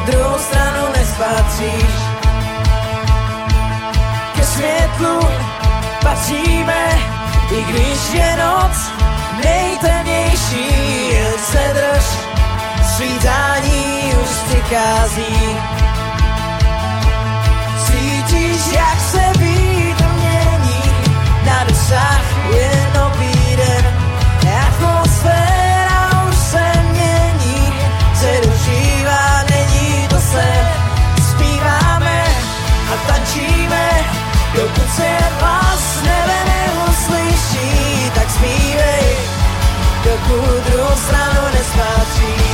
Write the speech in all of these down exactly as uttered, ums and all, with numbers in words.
druhou stranu nespatříš. Ke světlu patříme, i když je noc nejtemnější. Jen se drž, svítání už přichází. Cítíš, jak se vítr mění, na dosah je nový den. Atmosféra už se mění, se dožívá, není to sen. Zpíváme a tančíme, dokud se hlas nebe neuslyší. Tak zpívej, dokud druhou stranu nespatříš.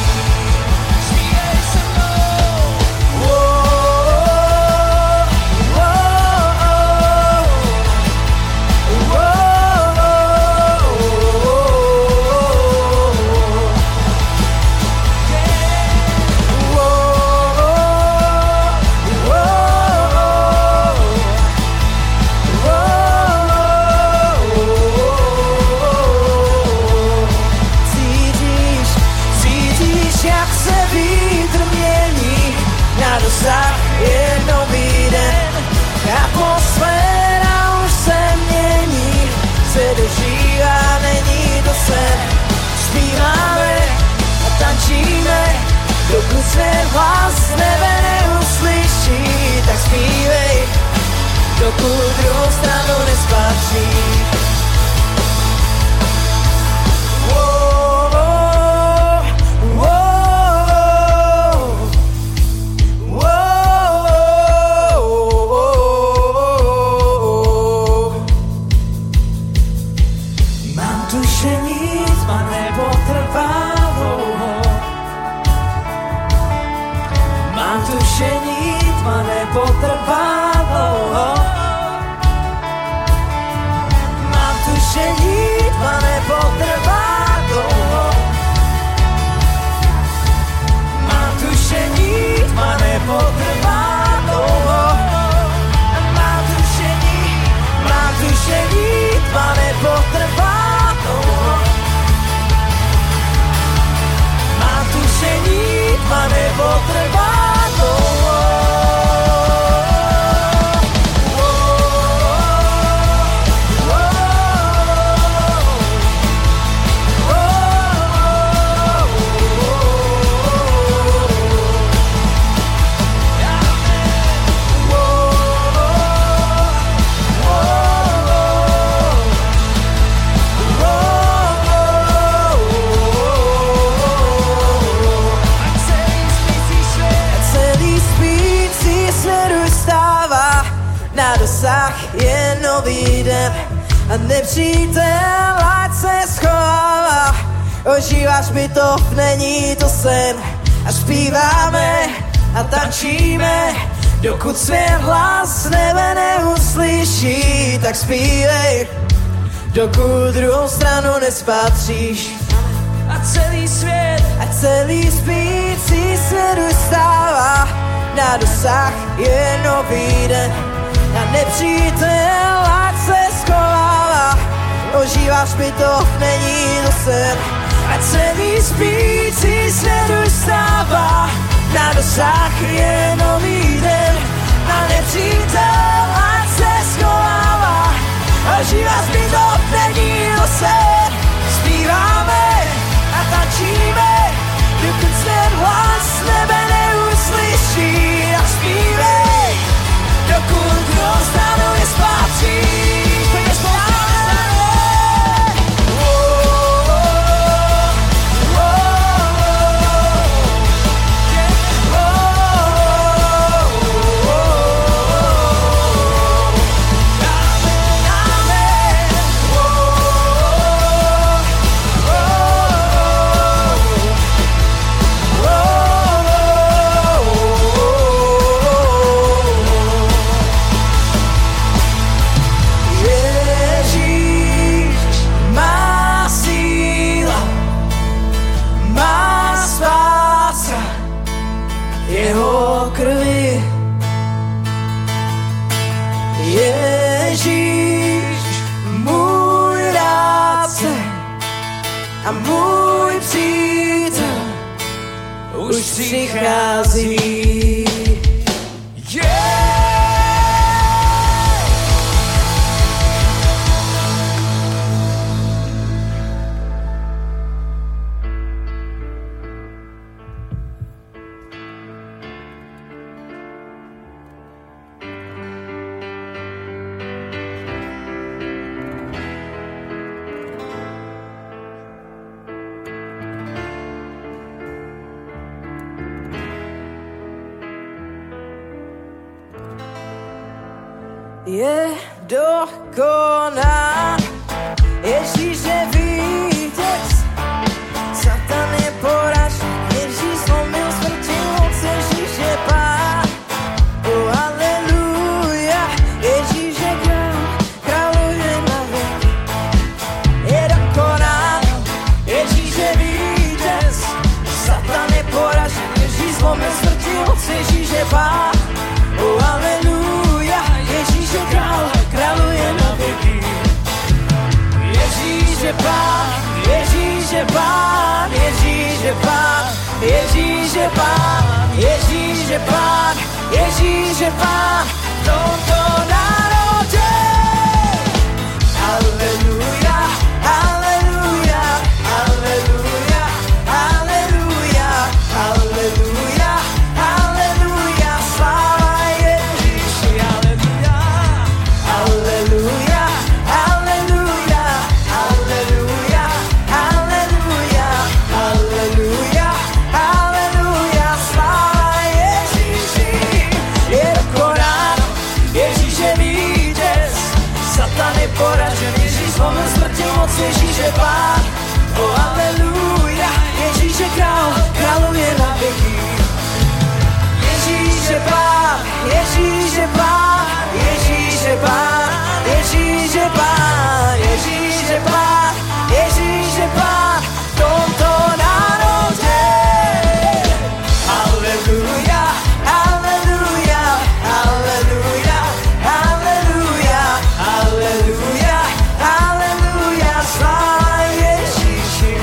Je nový den, atmosféra už se mění, se dožívá, není to sen. Zpíváme a tančíme, dokud se hlas nebe neuslyší. Tak zpívej, dokud druhou stranu nespatříš. Potrvá dlouho. Mám tušení, tma nepotrvá dlouho. Mám tušení, tma nepotrvá dlouho. Mám tušení, mám tušení, tma nepotrvá dlouho. Mám tušení, tma nepotrvá dlouho. Je nový den a nepřítel ať se schovává. Ožíváš bytov, není to sen. A zpíváme a tančíme, dokud svět hlas nebe neuslyší. Tak zpívej, dokud druhou stranu nespatříš. A celý svět, a celý spící se dostává. Na dosah je nový den a nepřítel ať se schovává. Ožíváš bytov, není to sen. A celý spící se dostává. Na dosah je nový den a nepřítel ať se schovává. Ožíváš bytov, není to sen. Zpíváme a tančíme, dokud ten hlas nebe neuslyší. A zpívej, dokud druhou stranu nespatříš. Pojď zpíváme. už přichází. Yeah! Je dokoná, Ježíš je vítěz, Satan je poražen, Ježíš zlomil smrti moc, Ježíš je pán, oh haleluja, Ježíš je král, králuje na věky. Je dokoná, Ježíš je vítěz, Satan je poražen, Ježíš zlomil smrti moc, Ježíš je pán, oh haleluja, Ježíš je král, králuje na věky. Ježíš je pán, Ježíš je pán, Ježíš je pán, Ježíš je pán, Ježíš je pán, Ježíš je pán, v tomto národě. Aleluja, aleluja, aleluja, aleluja, aleluja, aleluja, sláva Ježíši, aleluja, aleluja, aleluja, aleluja, aleluja, aleluja, aleluja, sláva Ježíši. Je dokonáno, Ježíš je vítěz, Satan je poražen, Ježíš zlomil smrti moc, Ježíš je pán, oh aleluja, Ježíš je král, králuje na věky. Ježíš je pán, Ježíš je pán, Ježíš je pán, Ježíš je pán, Ježíš je pán, Ježíš je pán, v tomto národě. Aleluja, aleluja, aleluja, aleluja, aleluja, aleluja, sláva Ježíši.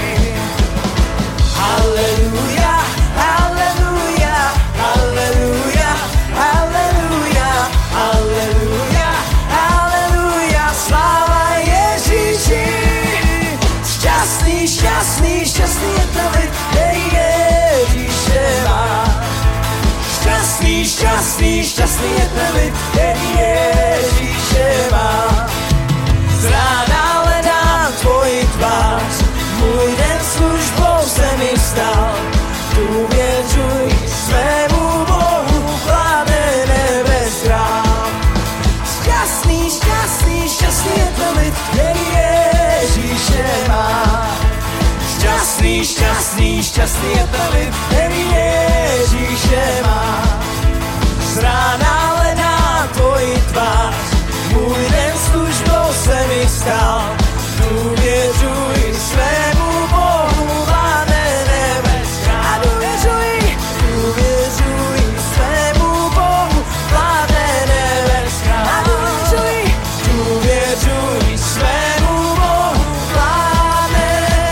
Aleluja, aleluja, aleluja, aleluja, aleluja, aleluja, sláva Ježíši. Šťastný, šťastný, šťastný je ten lid, který Ježíše má. Šťastný, šťastný, šťastný je ten lid, který Ježíše má. Z rána hledám tvoji tvář, můj den službou se mi vstal. Důvěřuj svému Bohu, vládne nebes král. Šťastný, šťastný, šťastný je ten lid, který Ježíše má. Šťastný, šťastný, šťastný je ten lid, který Ježíše má. Z rána hledám tvoji tvář, můj den službou se mi vstal. Důvěřuj svému Bohu, vládne nebes král. A důvěřuj, důvěřuj svému Bohu, vládne nebes král. A důvěřuj, důvěřuj svému Bohu, vládne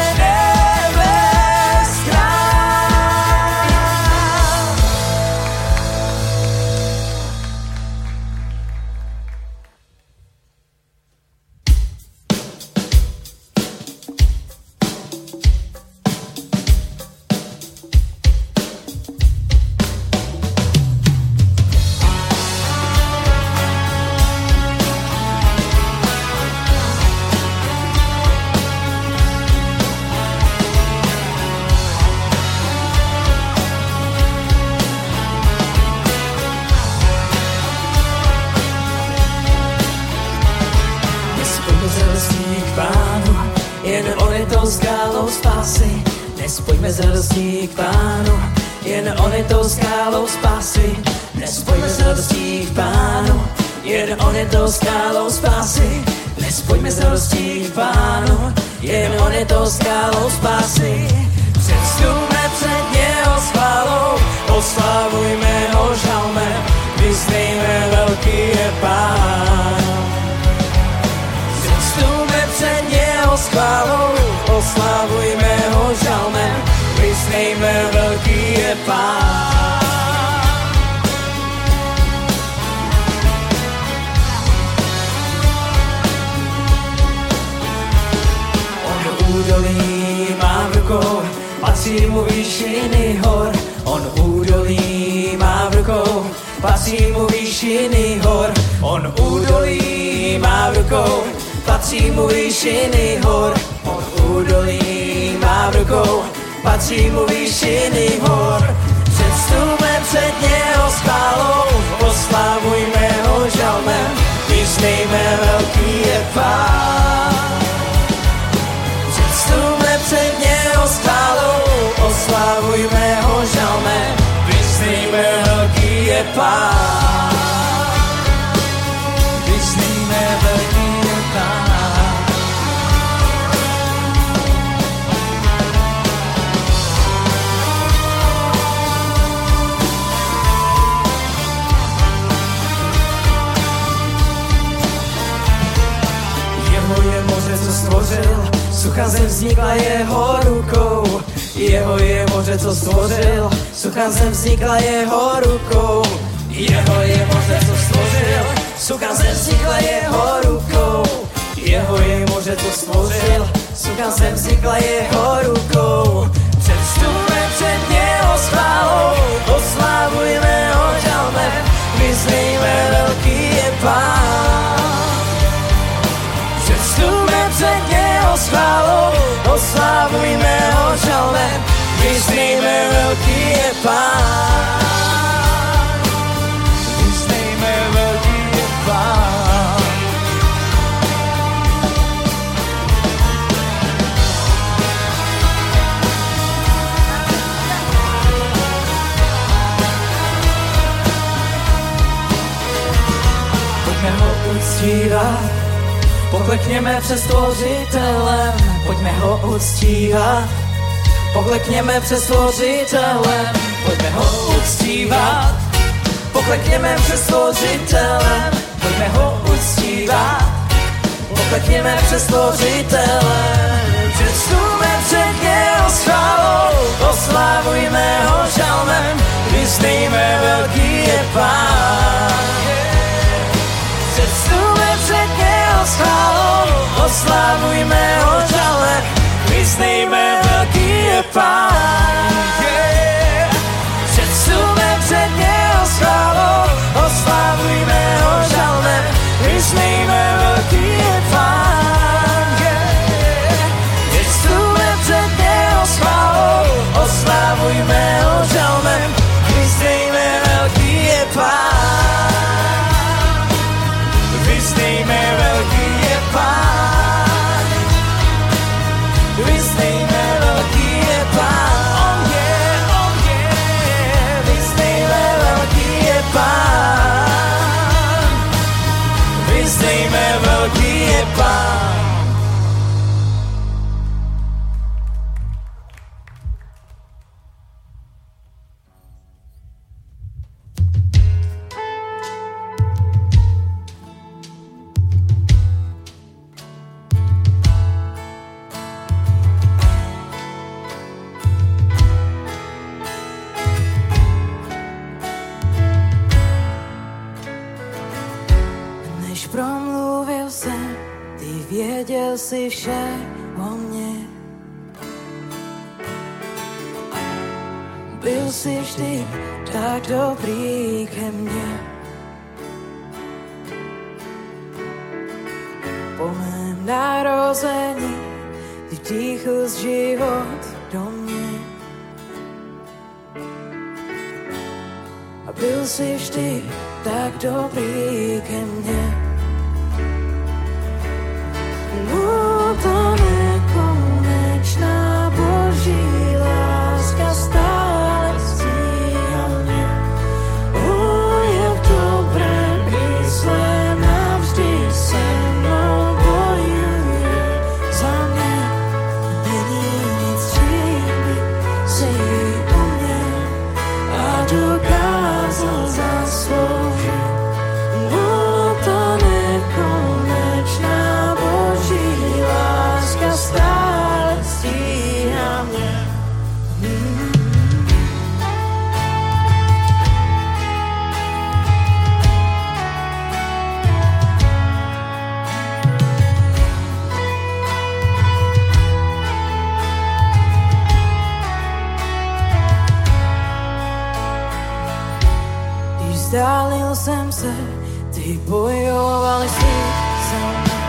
nebes král. Jen on je tou skálou spásy, nespojme s radostí k Pánu. Jen on je tou skálou spásy, nespojme s radostí k Pánu. Jen on je tou skálou spásy, nespojme s radostí k Pánu. Jen on je tou skálou spásy, předstupme před něho s chválou, oslavujme ho žalmem, vyznejme velký je Pán. Předstupme před něho s chválou, oslavujme ho žalmem, vyznejme velký je je Pán. On údolí má v rukou, patří mu výšiny hor. On údolí má v rukou, patří mu výšiny hor. On údolí má v rukou, patří mu výšiny hor. On údolí má v rukou, patří mu výšiny hor. Předstupme před něho s chválou, oslavujme ho žalmem, vyznejme velký je Pán. Předstupme před něho s chválou, oslavujme ho žalmem, vyznejme velký je Pán. Vyznejme velký je Pán. Jeho je moře, co stvořil, sucha zem vznikla jeho rukou. Jeho je moře, co stvořil, sucha zem vznikla jeho rukou. Jeho je moře, co stvořil, sucha zem vznikla jeho rukou. Jeho je moře, co stvořil, sucha zem vznikla jeho rukou. Předstupme před něho s chválou, oslavujme ho žalmem, vyznejme velký je Pán. Předstupme před něho s chválou, oslavujme ho žalmem, vyznejme velký je Pán. Vyznejme velký je Pán. Pojďme ho uctívat, poklekněme před Stvořitelem, pojďme ho uctívat, poklekněme před Stvořitelem, pojďme ho uctívat, poklekněme před Stvořitelem, pojďme ho uctívat, poklekněme před Stvořitelem. Předstupme před něho s chválou, oslavujme ho žalmem, vyznejme velký je Pán. Předstupme před něho s chválou, oslavujme ho žalmem, vyznejme velký je Pán. Yeah. Předstupme před něho s chválou, oslavujme ho žalmem, vyznejme velký je Pán. Yeah. Předstupme před něho s chválou, oslavujme ho žalmem, vyznejme velký je Pán. Vyznejme velký je Pán. Vyznejme velký je Pán. On je, on je. Vyznejme velký je Pán. Vyznejme velký je Pán. Promluvil jsem, ty věděl si vše o mně. Byl jsi vždy tak dobrý ke mně. Po mém narození ty vdýchl z život do mě. A byl jsi vždy tak dobrý ke mně. No to nekonečná Boží láska stále stíhá mě. O, je v dobrém i zlém navždy se mnou bojuje za mě. Není nic, čím by se jí uměl a dokázal zasloužit. No to jsem se, ty bojoval jsi za mě.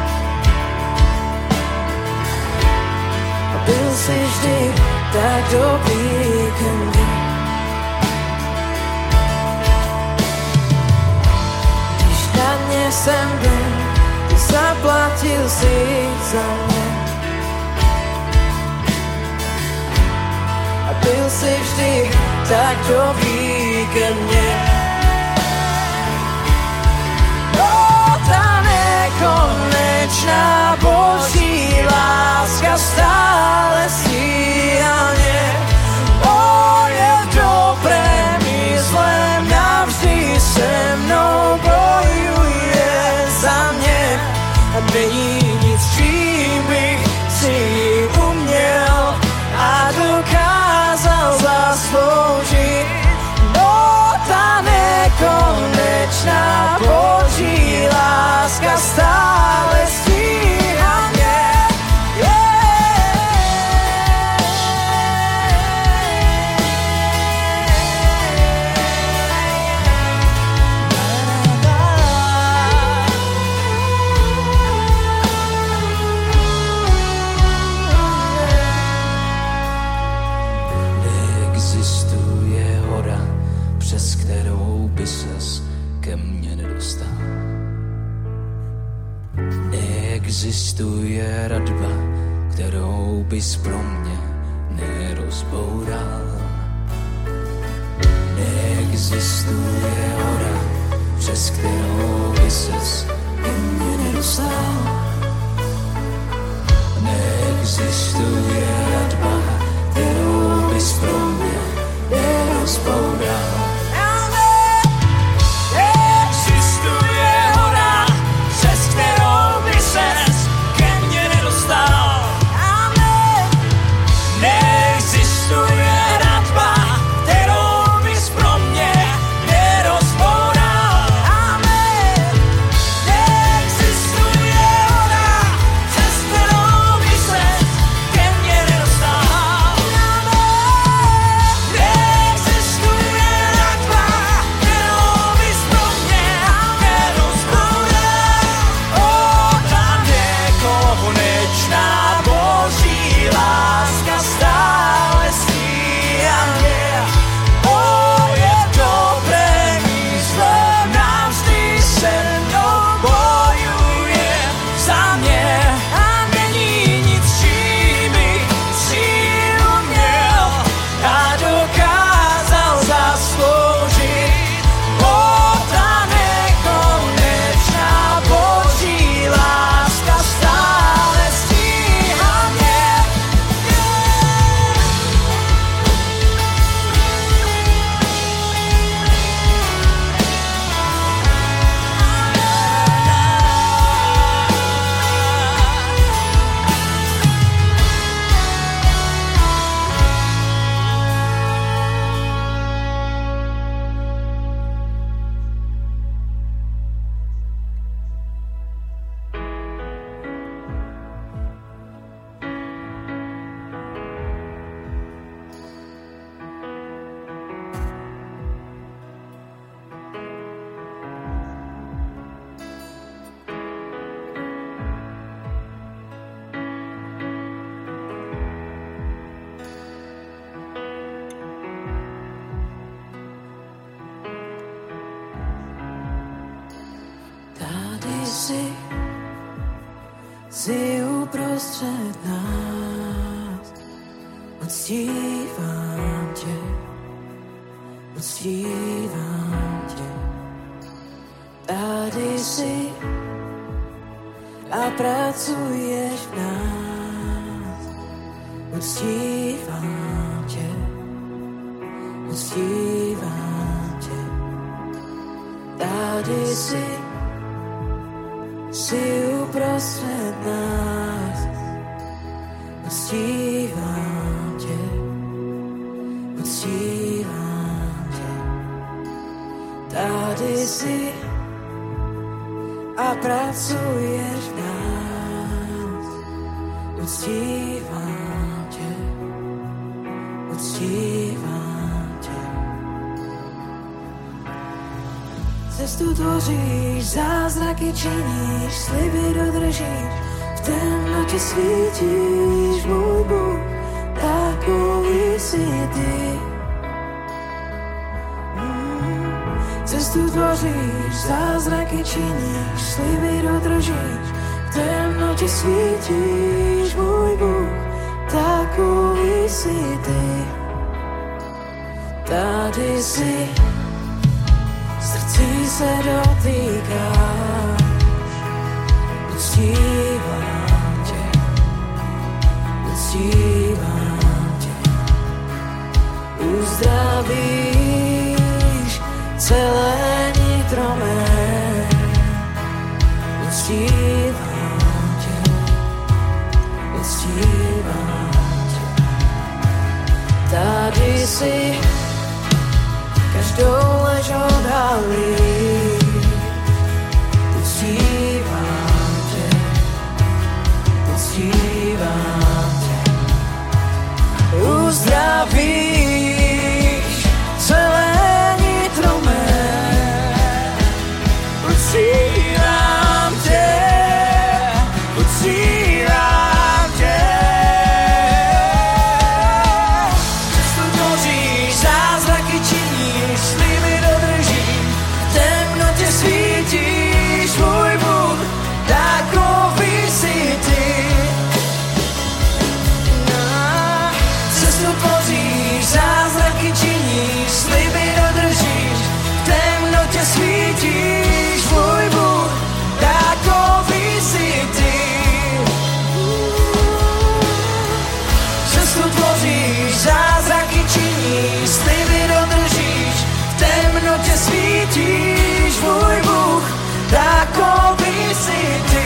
A byl jsi vždy tak dobrý ke mně. Když na dně jsem byl, ty zaplatil jsi za mě. A byl jsi vždy tak dobrý ke mně. Nekonečná Boží láska stále stíhá mě. O, je v dobrém i zlém, navždy se mnou bojuje za mě. A není nic, čím bych si uměl a dokázal zasloužit. No, ta nekonečná Boží láska stále stíhá mě. Neexistuje hora, přes kterou by ses ke mně nedostal. Neexistuje radba, kterou bys pro mě nerozboural. Neexistuje hora, přes kterou by ses ke mně nedostal. Neexistuje radba, kterou bys pro mě nerozboural. Jsi, jsi uprostřed nás, uctívám tě, uctívám tě. Tady jsi a pracuješ v nás, uctívám tě, uctívám tě. Tady jsi, jsi uprostřed nás, uctívám tě, uctívám tě. Tady jsi a pracuješ v nás, uctívám tě, uctívám tě. Cestu tvoříš, zázraky činíš, sliby dodržíš, v temnotě svítíš, můj Bůh, takový jsi ty. Mm. Cestu tvoříš, zázraky činíš, sliby dodržíš, v temnotě svítíš, můj Bůh, takový jsi ty. Tady jsi, srdcí se dotýkáš, uctívám tě, uctívám tě. Uzdravíš celé nitro mé, uctívám tě, uctívám tě. Tady jsi, každou lež odhalí, uctívám tě, uctívám tě. Uzdravíš celé nitro mé, uctívám tě, uctívám tě. Cestu tvoříš, zázraky činíš, sliby dodržíš, v temnotě svítíš, můj Bůh, takový jsi ty. Cestu tvoříš, zázraky činíš, sliby dodržíš, v temnotě svítíš, můj Bůh, takový jsi ty. Cestu tvoříš, zázraky činíš, sliby dodržíš, v temnotě svítíš, můj Bůh, takový jsi ty.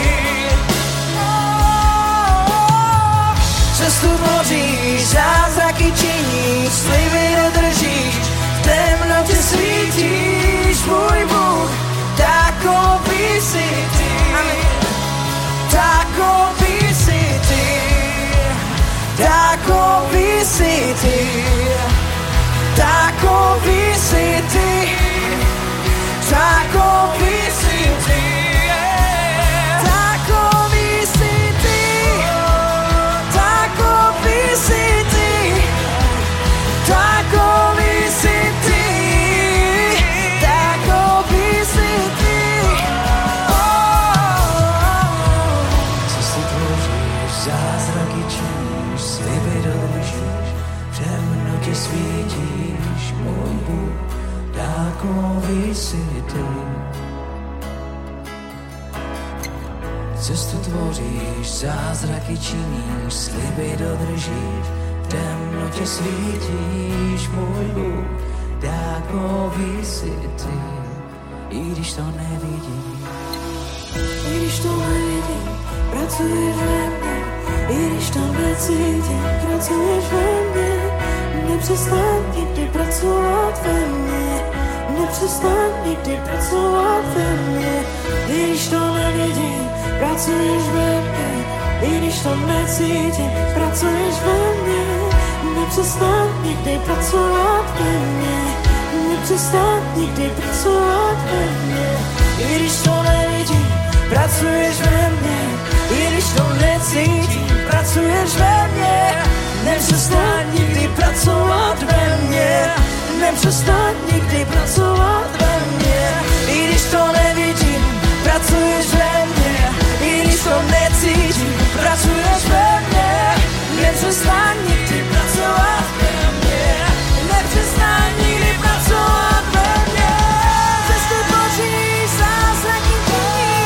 Cestu tvoříš, zázraky činíš, sliby dodržíš, v temnotě svítíš, můj Bůh, takový jsi ty. Takový jsi ty, takový jsi ty, takový jsi ty, takový jsi ty, takový jsi ty, takový jsi ty, takový jsi ty, takový jsi ty. Cestu tvoříš, zázraky činíš, sliby dodržíš, v temnotě svítíš, můj Bůh, takový jsi ty. Cestu tvoříš, zázraky činíš, sliby dodržíš, v temnotě svítíš, můj Bůh, takový jsi ty. I když to nevidím, i když to nevidím, pracuješ ve mně, i když to necítím, pracuješ ve mně, nepřestaň nikdy pracovat ve mně, nepřestaň nikdy pracovat ve mně, i když to nevidím, pracuješ ve mně, i když to necítím, pracuješ ve mně, nepřestaň nikdy pracovat ve mně, nepřestaň nikdy pracovat ve mně, i když to nevidím, pracuješ ve mně, i když to necítím, pracuješ ve mně, nepřestaň nikdy pracovat ve mně, nepřestaň nikdy pracovat ve mně, i když to nevidím, pracuješ ve mně, i když to necítím, pracuješ ve mně, nepřestaň nikdy pracovat ve mně, nepřestaň nikdy pracovat ve mně. Cestu tvoříš, zázraky činíš,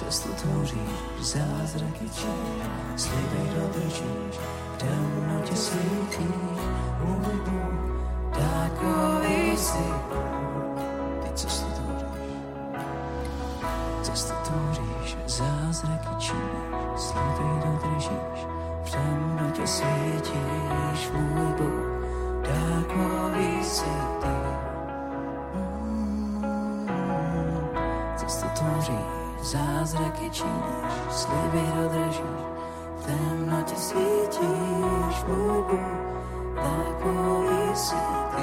cestu tvoříš, zázraky činíš, sliby dodržíš, v temnotě svítíš, můj Bůh, takový jsi. Ty cestu tvoříš, cestu tvoříš, zázraky činíš, sliby dodržíš, v temnotě svítíš, můj Bůh, takový jsi ty. Cestu tvoříš, zázraky činíš, sliby dodržíš, v temnotě svítíš, můj Bůh, takový jsi ty.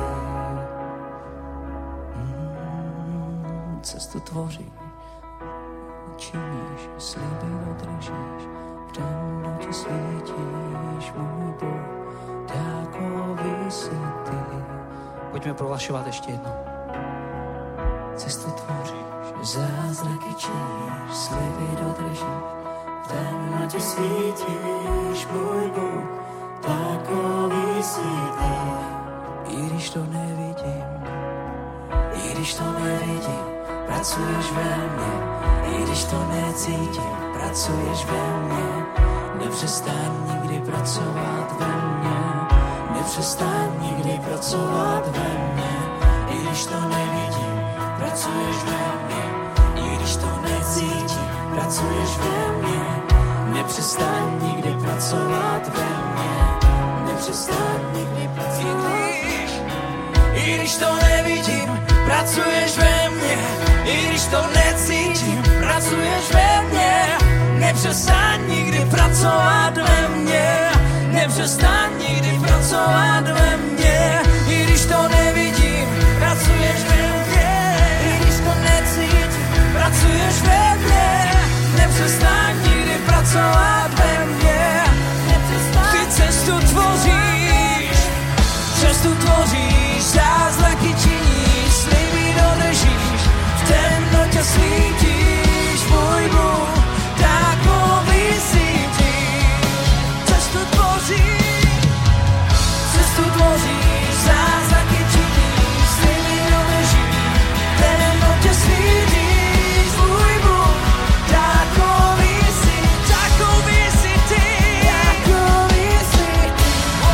Mm, cestu tvoříš, činíš, sliby dodržíš, v temnotě svítíš, můj Bůh, takový jsi ty. Pojďme prohlašovat ještě jednou. Cestu tvoříš, zázraky činíš, sliby dodržíš, v temnotě svítíš, můj Bůh, takový jsi ty. I když to nevidím, i když to nevidím, pracuješ ve mně, i když to necítím, pracuješ ve mně, nepřestaň nikdy pracovat ve mně, nepřestaň nikdy pracovat ve mně, i když to nevidím, pracuješ ve mně, i když to necítím, pracuješ ve mně, nepřestaň nikdy pracovat ve mně, nepřestaň nikdy pracovat. I když to nevidím, pracuješ ve mně, i když to necítím, pracuješ ve mně, nepřestaň nikdy pracovat ve mně, nepřestaň nikdy pracovat ve mně, i když to nevidím, pracuješ ve mně, i když to necítím, pracuješ ve mně, nepřestaň nikdy pracovat ve mně, nepřestaň. Ty cestu tvoříš, cestu tvoříš, zázraky činíš, sliby dodržíš, v temnotě svítíš, můj Bůh, takový jsi ty. Cestu tvoříš, cestu tvoříš, zázraky činíš, sliby dodržíš, v temnotě svítíš, můj Bůh, takový jsi, takový jsi ty. Takový jsi ty.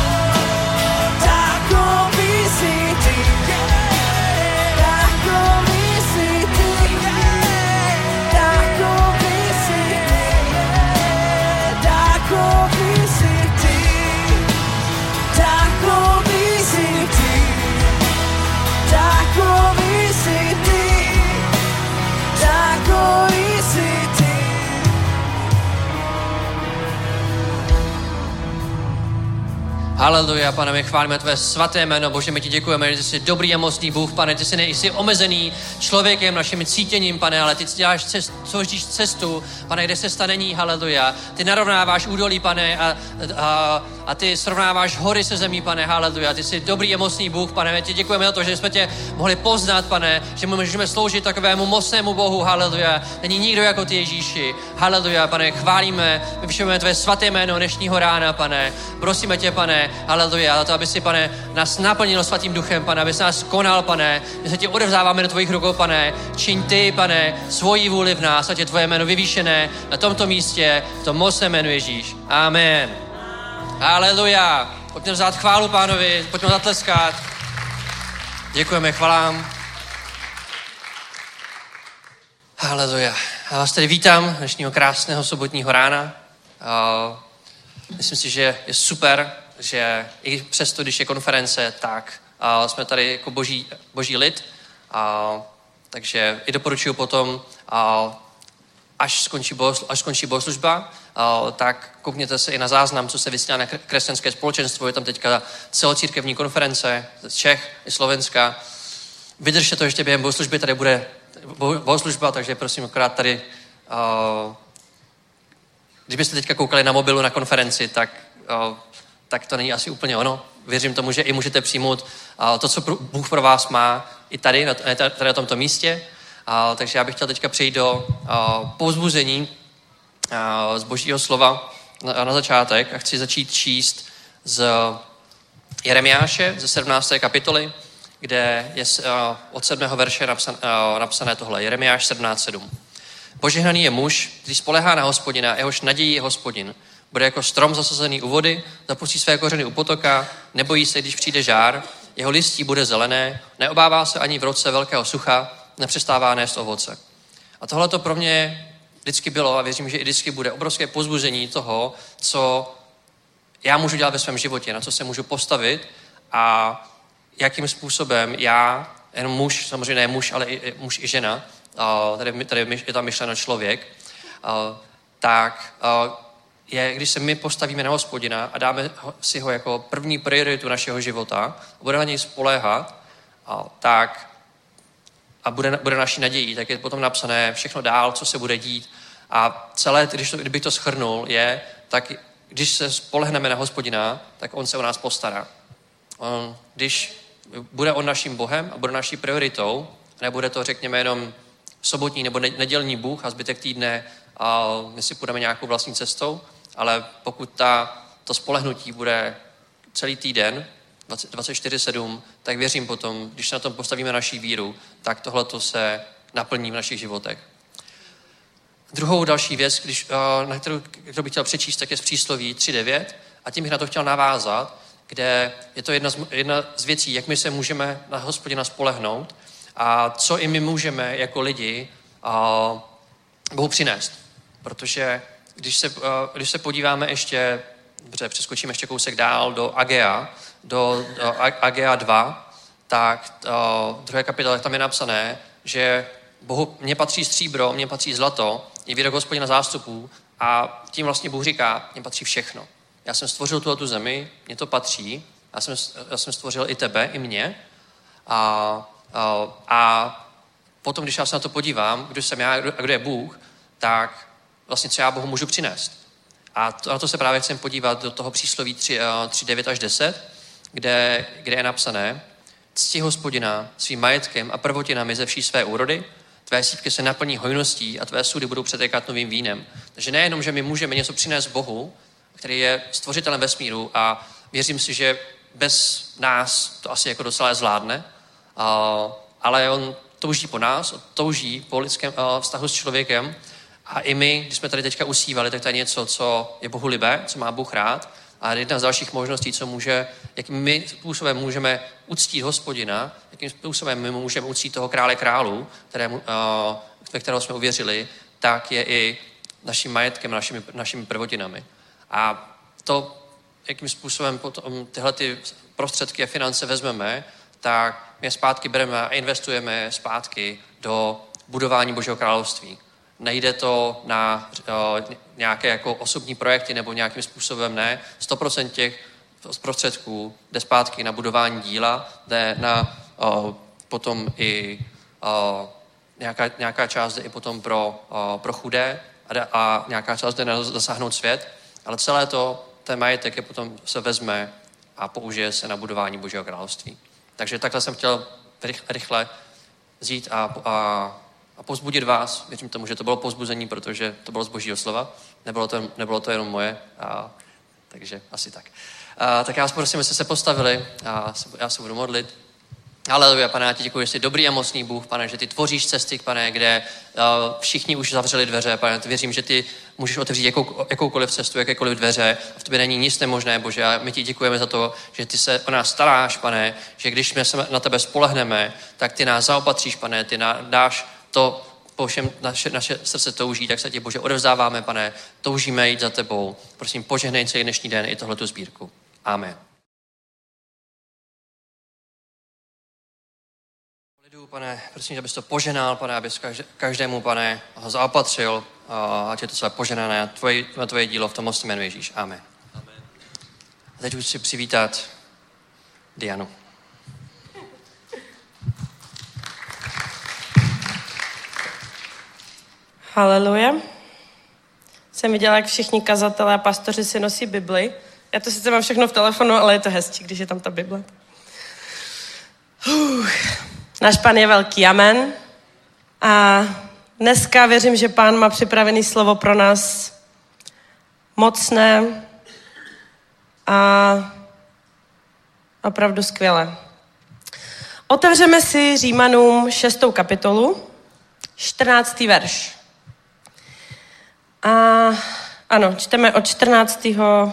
Takový jsi ty. Takový jsi ty. Takový jsi ty. Takový jsi ty. Takový jsi ty. Takový jsi ty. Takový jsi ty. Haleluja, Pane, my chválíme tvé svaté jméno, Bože, my ti děkujeme, že ty jsi dobrý a mocný Bůh, Pane, ty jsi nejsi omezený člověkem, naším cítěním, Pane, ale ty děláš cestu, tvoříš cestu, Pane, kde cesta není, haleluja. Ty narovnáváš údolí, Pane, a, a, a ty srovnáváš hory se zemí, Pane, haleluja. Ty jsi dobrý a mocný Bůh, Pane, my ti děkujeme za to, že jsme tě mohli poznat, Pane, že můžeme sloužit takovému mocnému Bohu, haleluja. Není nikdo jako ty, Ježíši, haleluja, Pane, chválíme, vyvyšujeme tvé svaté jméno dnešního rána, Pane, prosíme tě, Pane, haleluja, za to, aby si, Pane, nás naplnil svatým duchem, Pane, aby se nás konal, Pane, my se tě odevzdáváme do tvojich rukou, Pane, čiň ty, Pane, svoji vůli v nás, ať je tvoje jméno vyvýšené na tomto místě, v tom mocném jménu Ježíš. Amen. Haleluja. Pojďme vzát chválu Pánovi, pojďme zatleskat. Děkujeme, chvalám. Haleluja. Já vás tady vítám dnešního krásného sobotního rána. Myslím si, že je super, že i přesto, když je konference, tak uh, jsme tady jako boží, boží lid. Uh, takže i doporučuji potom, uh, až skončí, bohoslu, až skončí bohoslužba, uh, tak koukněte se i na záznam, co se vysílá na křesťanské společenstvo. Je tam teďka celocírkevní konference z Čech i Slovenska. Vydržte to ještě během bohoslužby, tady bude bohoslužba, takže prosím akorát tady, uh, když byste teďka koukali na mobilu na konferenci, tak uh, tak to není asi úplně ono. Věřím tomu, že i můžete přijmout uh, to, co Bůh pro vás má i tady, na, tady na tomto místě. Uh, takže já bych chtěl teďka přejít do uh, povzbuzení uh, z Božího slova na, na začátek a chci začít číst z Jeremiáše, ze sedmnácté kapitoly, kde je uh, od sedmého verše napsan, uh, napsané tohle. Jeremiáš sedmnáct sedm. Požehnaný je muž, který spolehá na Hospodina, jehož nadějí je Hospodin. Bude jako strom zasazený u vody, zapustí své kořeny u potoka, nebojí se, když přijde žár, jeho listí bude zelené, neobává se ani v roce velkého sucha, nepřestává nést ovoce. A tohle to pro mě vždycky bylo a věřím, že i vždycky bude obrovské povzbuzení toho, co já můžu dělat ve svém životě, na co se můžu postavit a jakým způsobem já, jenom muž, samozřejmě ne muž, ale i, muž i žena, tady, tady je tam myšleno člověk, tak je, když se my postavíme na Hospodina a dáme si ho jako první prioritu našeho života a bude na něj spoléhat, tak a bude, bude naší nadějí, tak je potom napsané všechno dál, co se bude dít. A celé, když to, kdybych to shrnul, je, tak když se spolehneme na Hospodina, tak on se o nás postará. On, když bude on naším Bohem a bude naší prioritou, nebude to, řekněme, jenom sobotní nebo nedělní Bůh a zbytek týdne a my si půjdeme nějakou vlastní cestou, ale pokud ta, to spolehnutí bude celý týden, dvacet čtyři sedm, tak věřím potom, když se na tom postavíme naší víru, tak tohleto se naplní v našich životech. Druhou další věc, když, na kterou, kterou bych chtěl přečíst, tak je z přísloví tři devět a tím bych na to chtěl navázat, kde je to jedna z, jedna z věcí, jak my se můžeme na Hospodina spolehnout a co i my můžeme jako lidi a, Bohu přinést. Protože když se, a, když se podíváme ještě, dobře, přeskočíme ještě kousek dál do Agea, do, do Agea dva, tak v druhé kapitole tam je napsané, že Bohu mně patří stříbro, mně patří zlato, je výrok Hospodina zástupů a tím vlastně Bůh říká, mně patří všechno. Já jsem stvořil tuhle tu zemi, mně to patří, já jsem, já jsem stvořil i tebe, i mě a, a, a potom, když já se na to podívám, kdo jsem já a kdo je Bůh, tak vlastně co já Bohu můžu přinést. A to, na to se právě chcem podívat do toho přísloví tři devět až deset, kde, kde je napsané, cti Hospodina svým majetkem a prvotinami ze vší své úrody, tvé sýpky se naplní hojností a tvé sudy budou přetékat novým vínem. Takže nejenom, že my můžeme něco přinést Bohu, který je stvořitelem vesmíru a věřím si, že bez nás to asi jako docela zvládne, ale on touží po nás, touží po lidském vztahu s člověkem a i my, když jsme tady teďka usívali, tak to je něco, co je Bohu libé, co má Bůh rád a jedna z dalších možností, co může, jakým my způsobem můžeme uctít Hospodina, jakým způsobem my můžeme uctít toho krále králů, kterému, ve kterého jsme uvěřili, tak je i naším majetkem, našimi, našimi prvotinami. A to, jakým způsobem potom tyhle ty prostředky a finance vezmeme, tak my je zpátky bereme a investujeme zpátky do budování Božího království. Nejde to na uh, nějaké jako osobní projekty nebo nějakým způsobem ne. sto procent těch prostředků jde zpátky na budování díla, jde na uh, potom i uh, nějaká, nějaká část jde i potom pro, uh, pro chudé a, a nějaká část jde na zasáhnout svět, ale celé to, ten majetek je potom se vezme a použije se na budování Božího království. Takže takhle jsem chtěl rychle vzít a, a, a povzbudit vás. Věřím tomu, že to bylo povzbuzení, protože to bylo z Božího slova. Nebylo to, nebylo to jenom moje, a, takže asi tak. A, tak já vás prosím, abyste se postavili a já se budu modlit. Haleluja, Pane, já ti děkuji, že jsi dobrý a mocný Bůh, Pane, že ty tvoříš cesty, Pane, kde uh, všichni už zavřeli dveře, Pane, věřím, že ty můžeš otevřít jakou, jakoukoliv cestu, jakékoliv dveře, v tobě není nic nemožné, Bože, a my ti děkujeme za to, že ty se o nás staráš, Pane, že když my se na tebe spolehneme, tak ty nás zaopatříš, Pane, ty nás dáš to, po všem naše, naše srdce touží, tak se ti, Bože, odevzdáváme, Pane, toužíme jít za tebou. Prosím, požehnej celý dnešní den i tohletu sbírku. Amen. Pane, prosím, abys to poženal, Pane, abys každému, Pane, ho zaopatřil, ať je to své poženané na tvoje, na tvoje dílo v tom mocném jménu Ježíš. Amen. Amen. A teď už si přivítat Dianu. Haleluja. Jsem viděla, jak všichni kazatelé a pastoři si nosí Bibli. Já to sice mám všechno v telefonu, ale je to hezčí, když je tam ta Bible. Uh. Náš Pán je velký, amen. A dneska věřím, že Pán má připravený slovo pro nás mocné a opravdu skvělé. Otevřeme si Římanům šestou kapitolu, čtrnáctý verš. A ano, čteme od čtrnáctého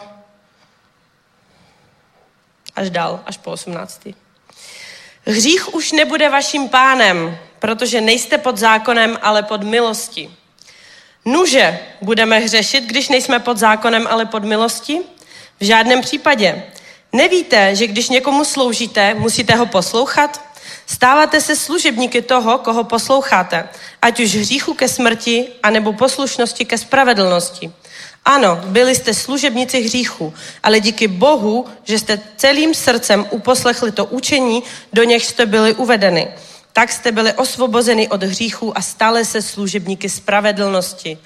až dál, až po osmnáctý Hřích už nebude vaším pánem, protože nejste pod zákonem, ale pod milostí. Nuže, budeme hřešit, když nejsme pod zákonem, ale pod milostí? V žádném případě. Nevíte, že když někomu sloužíte, musíte ho poslouchat? Stáváte se služebníky toho, koho posloucháte, ať už hříchu ke smrti, anebo poslušnosti ke spravedlnosti. Ano, byli jste služebníci hříchu, ale díky Bohu, že jste celým srdcem uposlechli to učení, do něž jste byli uvedeni. Tak jste byli osvobozeni od hříchu a stali se služebníky spravedlnosti.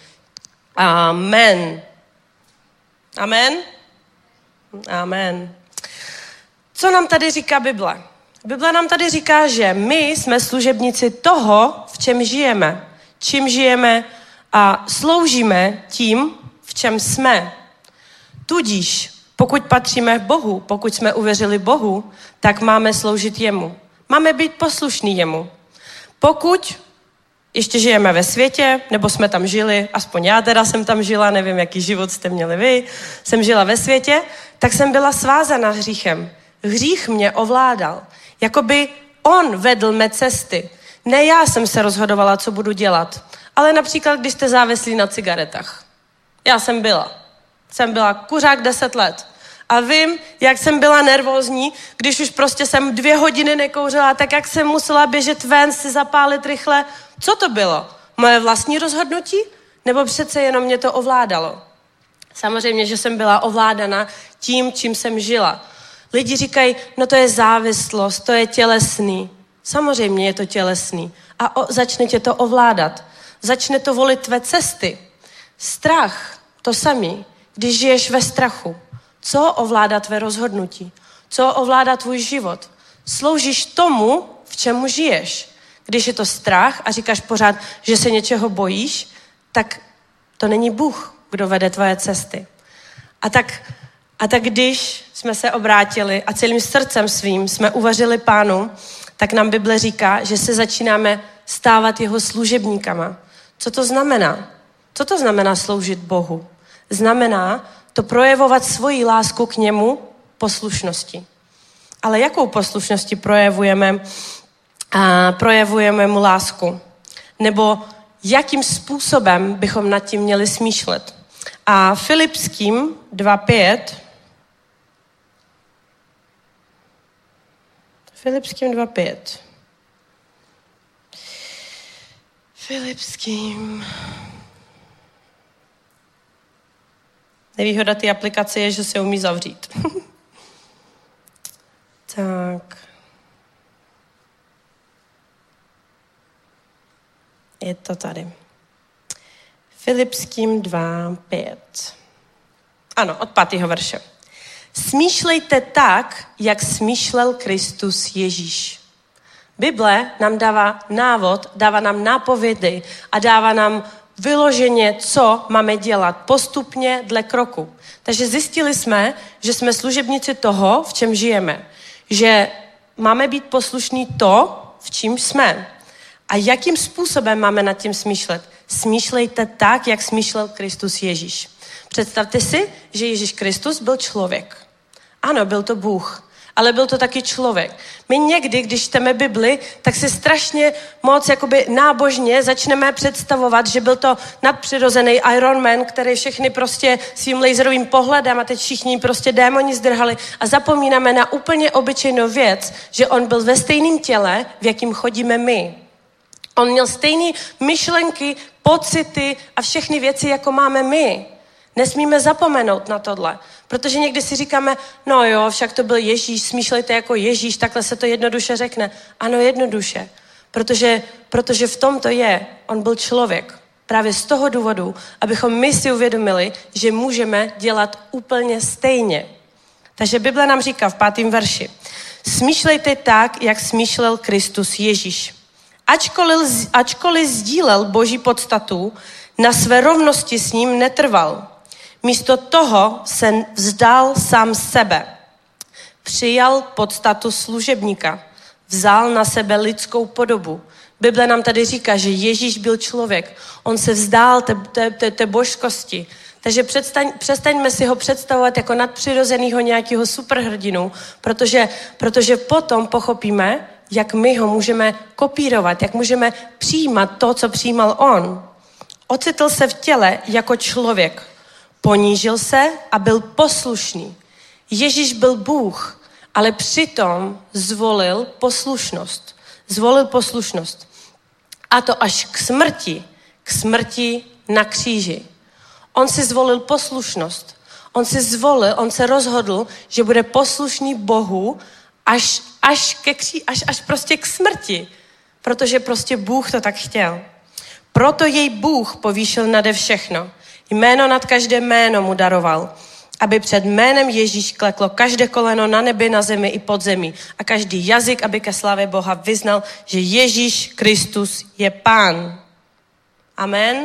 Amen. Amen? Amen. Co nám tady říká Bible? Bible nám tady říká, že my jsme služebníci toho, v čem žijeme. Čím žijeme a sloužíme tím, v čem jsme. Tudíž, pokud patříme Bohu, pokud jsme uvěřili Bohu, tak máme sloužit jemu. Máme být poslušní jemu. Pokud ještě žijeme ve světě, nebo jsme tam žili, aspoň já teda jsem tam žila, nevím, jaký život jste měli vy, jsem žila ve světě, tak jsem byla svázána hříchem. Hřích mě ovládal. Jakoby on vedl mé cesty. Ne já jsem se rozhodovala, co budu dělat, ale například, když jste závislí na cigaretách. Já jsem byla. Jsem byla kuřák deset let. A vím, jak jsem byla nervózní, když už prostě jsem dvě hodiny nekouřila, tak jak jsem musela běžet ven, si zapálit rychle. Co to bylo? Moje vlastní rozhodnutí? Nebo přece jenom mě to ovládalo? Samozřejmě, že jsem byla ovládána tím, čím jsem žila. Lidi říkají, no to je závislost, to je tělesný. Samozřejmě je to tělesný. A o, začne tě to ovládat. Začne to volit tvé cesty. Strach, to samý. Když žiješ ve strachu, co ovládá tvé rozhodnutí? Co ovládá tvůj život? Sloužíš tomu, v čemu žiješ. Když je to strach a říkáš pořád, že se něčeho bojíš, tak to není Bůh, kdo vede tvoje cesty. A tak, a tak když jsme se obrátili a celým srdcem svým jsme uvařili Pánu, tak nám Bible říká, že se začínáme stávat jeho služebníkama. Co to znamená? Co to znamená sloužit Bohu? Znamená to projevovat svoji lásku k němu poslušnosti. Ale jakou poslušností projevujeme, a projevujeme mu lásku? Nebo jakým způsobem bychom nad tím měli smýšlet? A Filipským dva pět Filipským dva pět Filipským Nevýhoda té aplikace je, že se umí zavřít. Tak. Je to tady. Filipským dva pět Ano, od pátého verše. Smýšlejte tak, jak smýšlel Kristus Ježíš. Bible nám dává návod, dává nám nápovědy a dává nám vyloženě, co máme dělat postupně dle kroku. Takže zjistili jsme, že jsme služebníci toho, v čem žijeme. Že máme být poslušní to, v čím jsme. A jakým způsobem máme nad tím smýšlet? Smýšlejte tak, jak smýšlel Kristus Ježíš. Představte si, že Ježíš Kristus byl člověk. Ano, byl to Bůh, ale byl to taky člověk. My někdy, když čteme Bibli, tak si strašně moc jakoby nábožně začneme představovat, že byl to nadpřirozený Iron Man, který všechny prostě svým laserovým pohledem a teď všichni prostě démoni zdrhali a zapomínáme na úplně obyčejnou věc, že on byl ve stejném těle, v jakým chodíme my. On měl stejné myšlenky, pocity a všechny věci, jako máme my. Nesmíme zapomenout na tohle, protože někdy si říkáme, no jo, však to byl Ježíš, smýšlejte jako Ježíš, takhle se to jednoduše řekne. Ano, jednoduše, protože, protože v tom to je, on byl člověk. Právě z toho důvodu, abychom my si uvědomili, že můžeme dělat úplně stejně. Takže Bible nám říká v pátém verši, smýšlejte tak, jak smýšlel Kristus Ježíš. Ačkoliv, ačkoliv sdílel Boží podstatu, na své rovnosti s ním netrval. Místo toho se vzdal sám sebe. Přijal podstatu služebníka. vzal na sebe lidskou podobu. Bible nám tady říká, že Ježíš byl člověk. On se vzdál té, té, té, té božskosti. Takže přestaň, přestaňme si ho představovat jako nadpřirozenýho nějakého superhrdinu, protože, protože potom pochopíme, jak my ho můžeme kopírovat, jak můžeme přijímat to, co přijímal on. Ocitl se v těle jako člověk. Ponížil se a byl poslušný. Ježíš byl Bůh, ale přitom zvolil poslušnost. Zvolil poslušnost. A to až k smrti. K smrti na kříži. On si zvolil poslušnost. On si zvolil, on se rozhodl, že bude poslušný Bohu až, až, ke kří, až, až prostě k smrti. Protože prostě Bůh to tak chtěl. Proto jej Bůh povýšil nade všechno. Jméno nad každé jméno mu daroval, aby před jménem Ježíš kleklo každé koleno na nebi, na zemi i pod zemí a každý jazyk, aby ke slávě Boha vyznal, že Ježíš Kristus je Pán. Amen.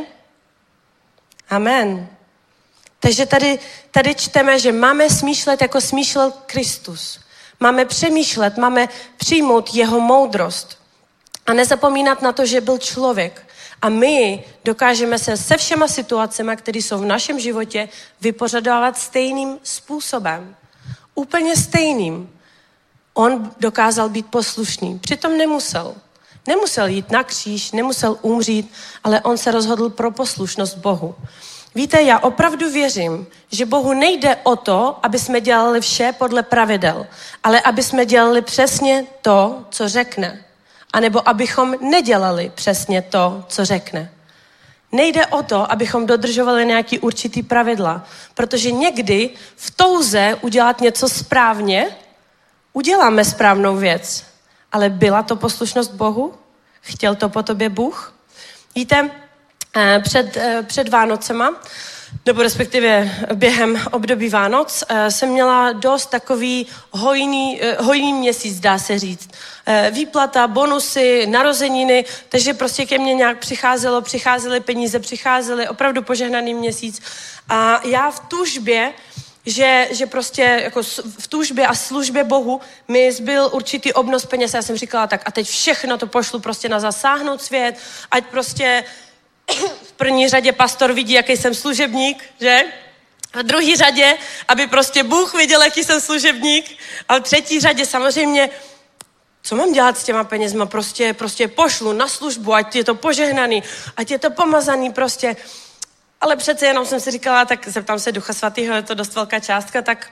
Amen. Takže tady, tady čteme, že máme smýšlet, jako smýšlel Kristus. Máme přemýšlet, máme přijmout jeho moudrost a nezapomínat na to, že byl člověk. A my dokážeme se se všema situacemi, které jsou v našem životě, vypořádávat stejným způsobem. Úplně stejným. On dokázal být poslušný. Přitom nemusel. Nemusel jít na kříž, nemusel umřít, ale on se rozhodl pro poslušnost Bohu. Víte, já opravdu věřím, že Bohu nejde o to, aby jsme dělali vše podle pravidel, ale aby jsme dělali přesně to, co řekne. A nebo abychom nedělali přesně to, co řekne. Nejde o to, abychom dodržovali nějaký určitý pravidla, protože někdy v touze udělat něco správně, uděláme správnou věc. Ale byla to poslušnost Bohu? Chtěl to po tobě Bůh? Víte, před, před Vánocema, nebo respektive během období Vánoc, jsem měla dost takový hojný, hojný měsíc, dá se říct. Výplata, bonusy, narozeniny, takže prostě ke mně nějak přicházelo, přicházely peníze, přicházely, opravdu požehnaný měsíc. A já v tužbě, že, že prostě jako v tužbě a službě Bohu mi zbyl určitý obnos peněz. Já jsem říkala, tak a teď všechno to pošlu prostě na zasáhnout svět, ať prostě v první řadě pastor vidí, jaký jsem služebník, že? V druhé řadě, aby prostě Bůh viděl, jaký jsem služebník. A v třetí řadě samozřejmě, co mám dělat s těma penězma? Prostě, prostě pošlu na službu, ať je to požehnaný, ať je to pomazaný prostě. Ale přece jenom jsem si říkala, tak zeptám se Ducha Svatého, je to dost velká částka, tak...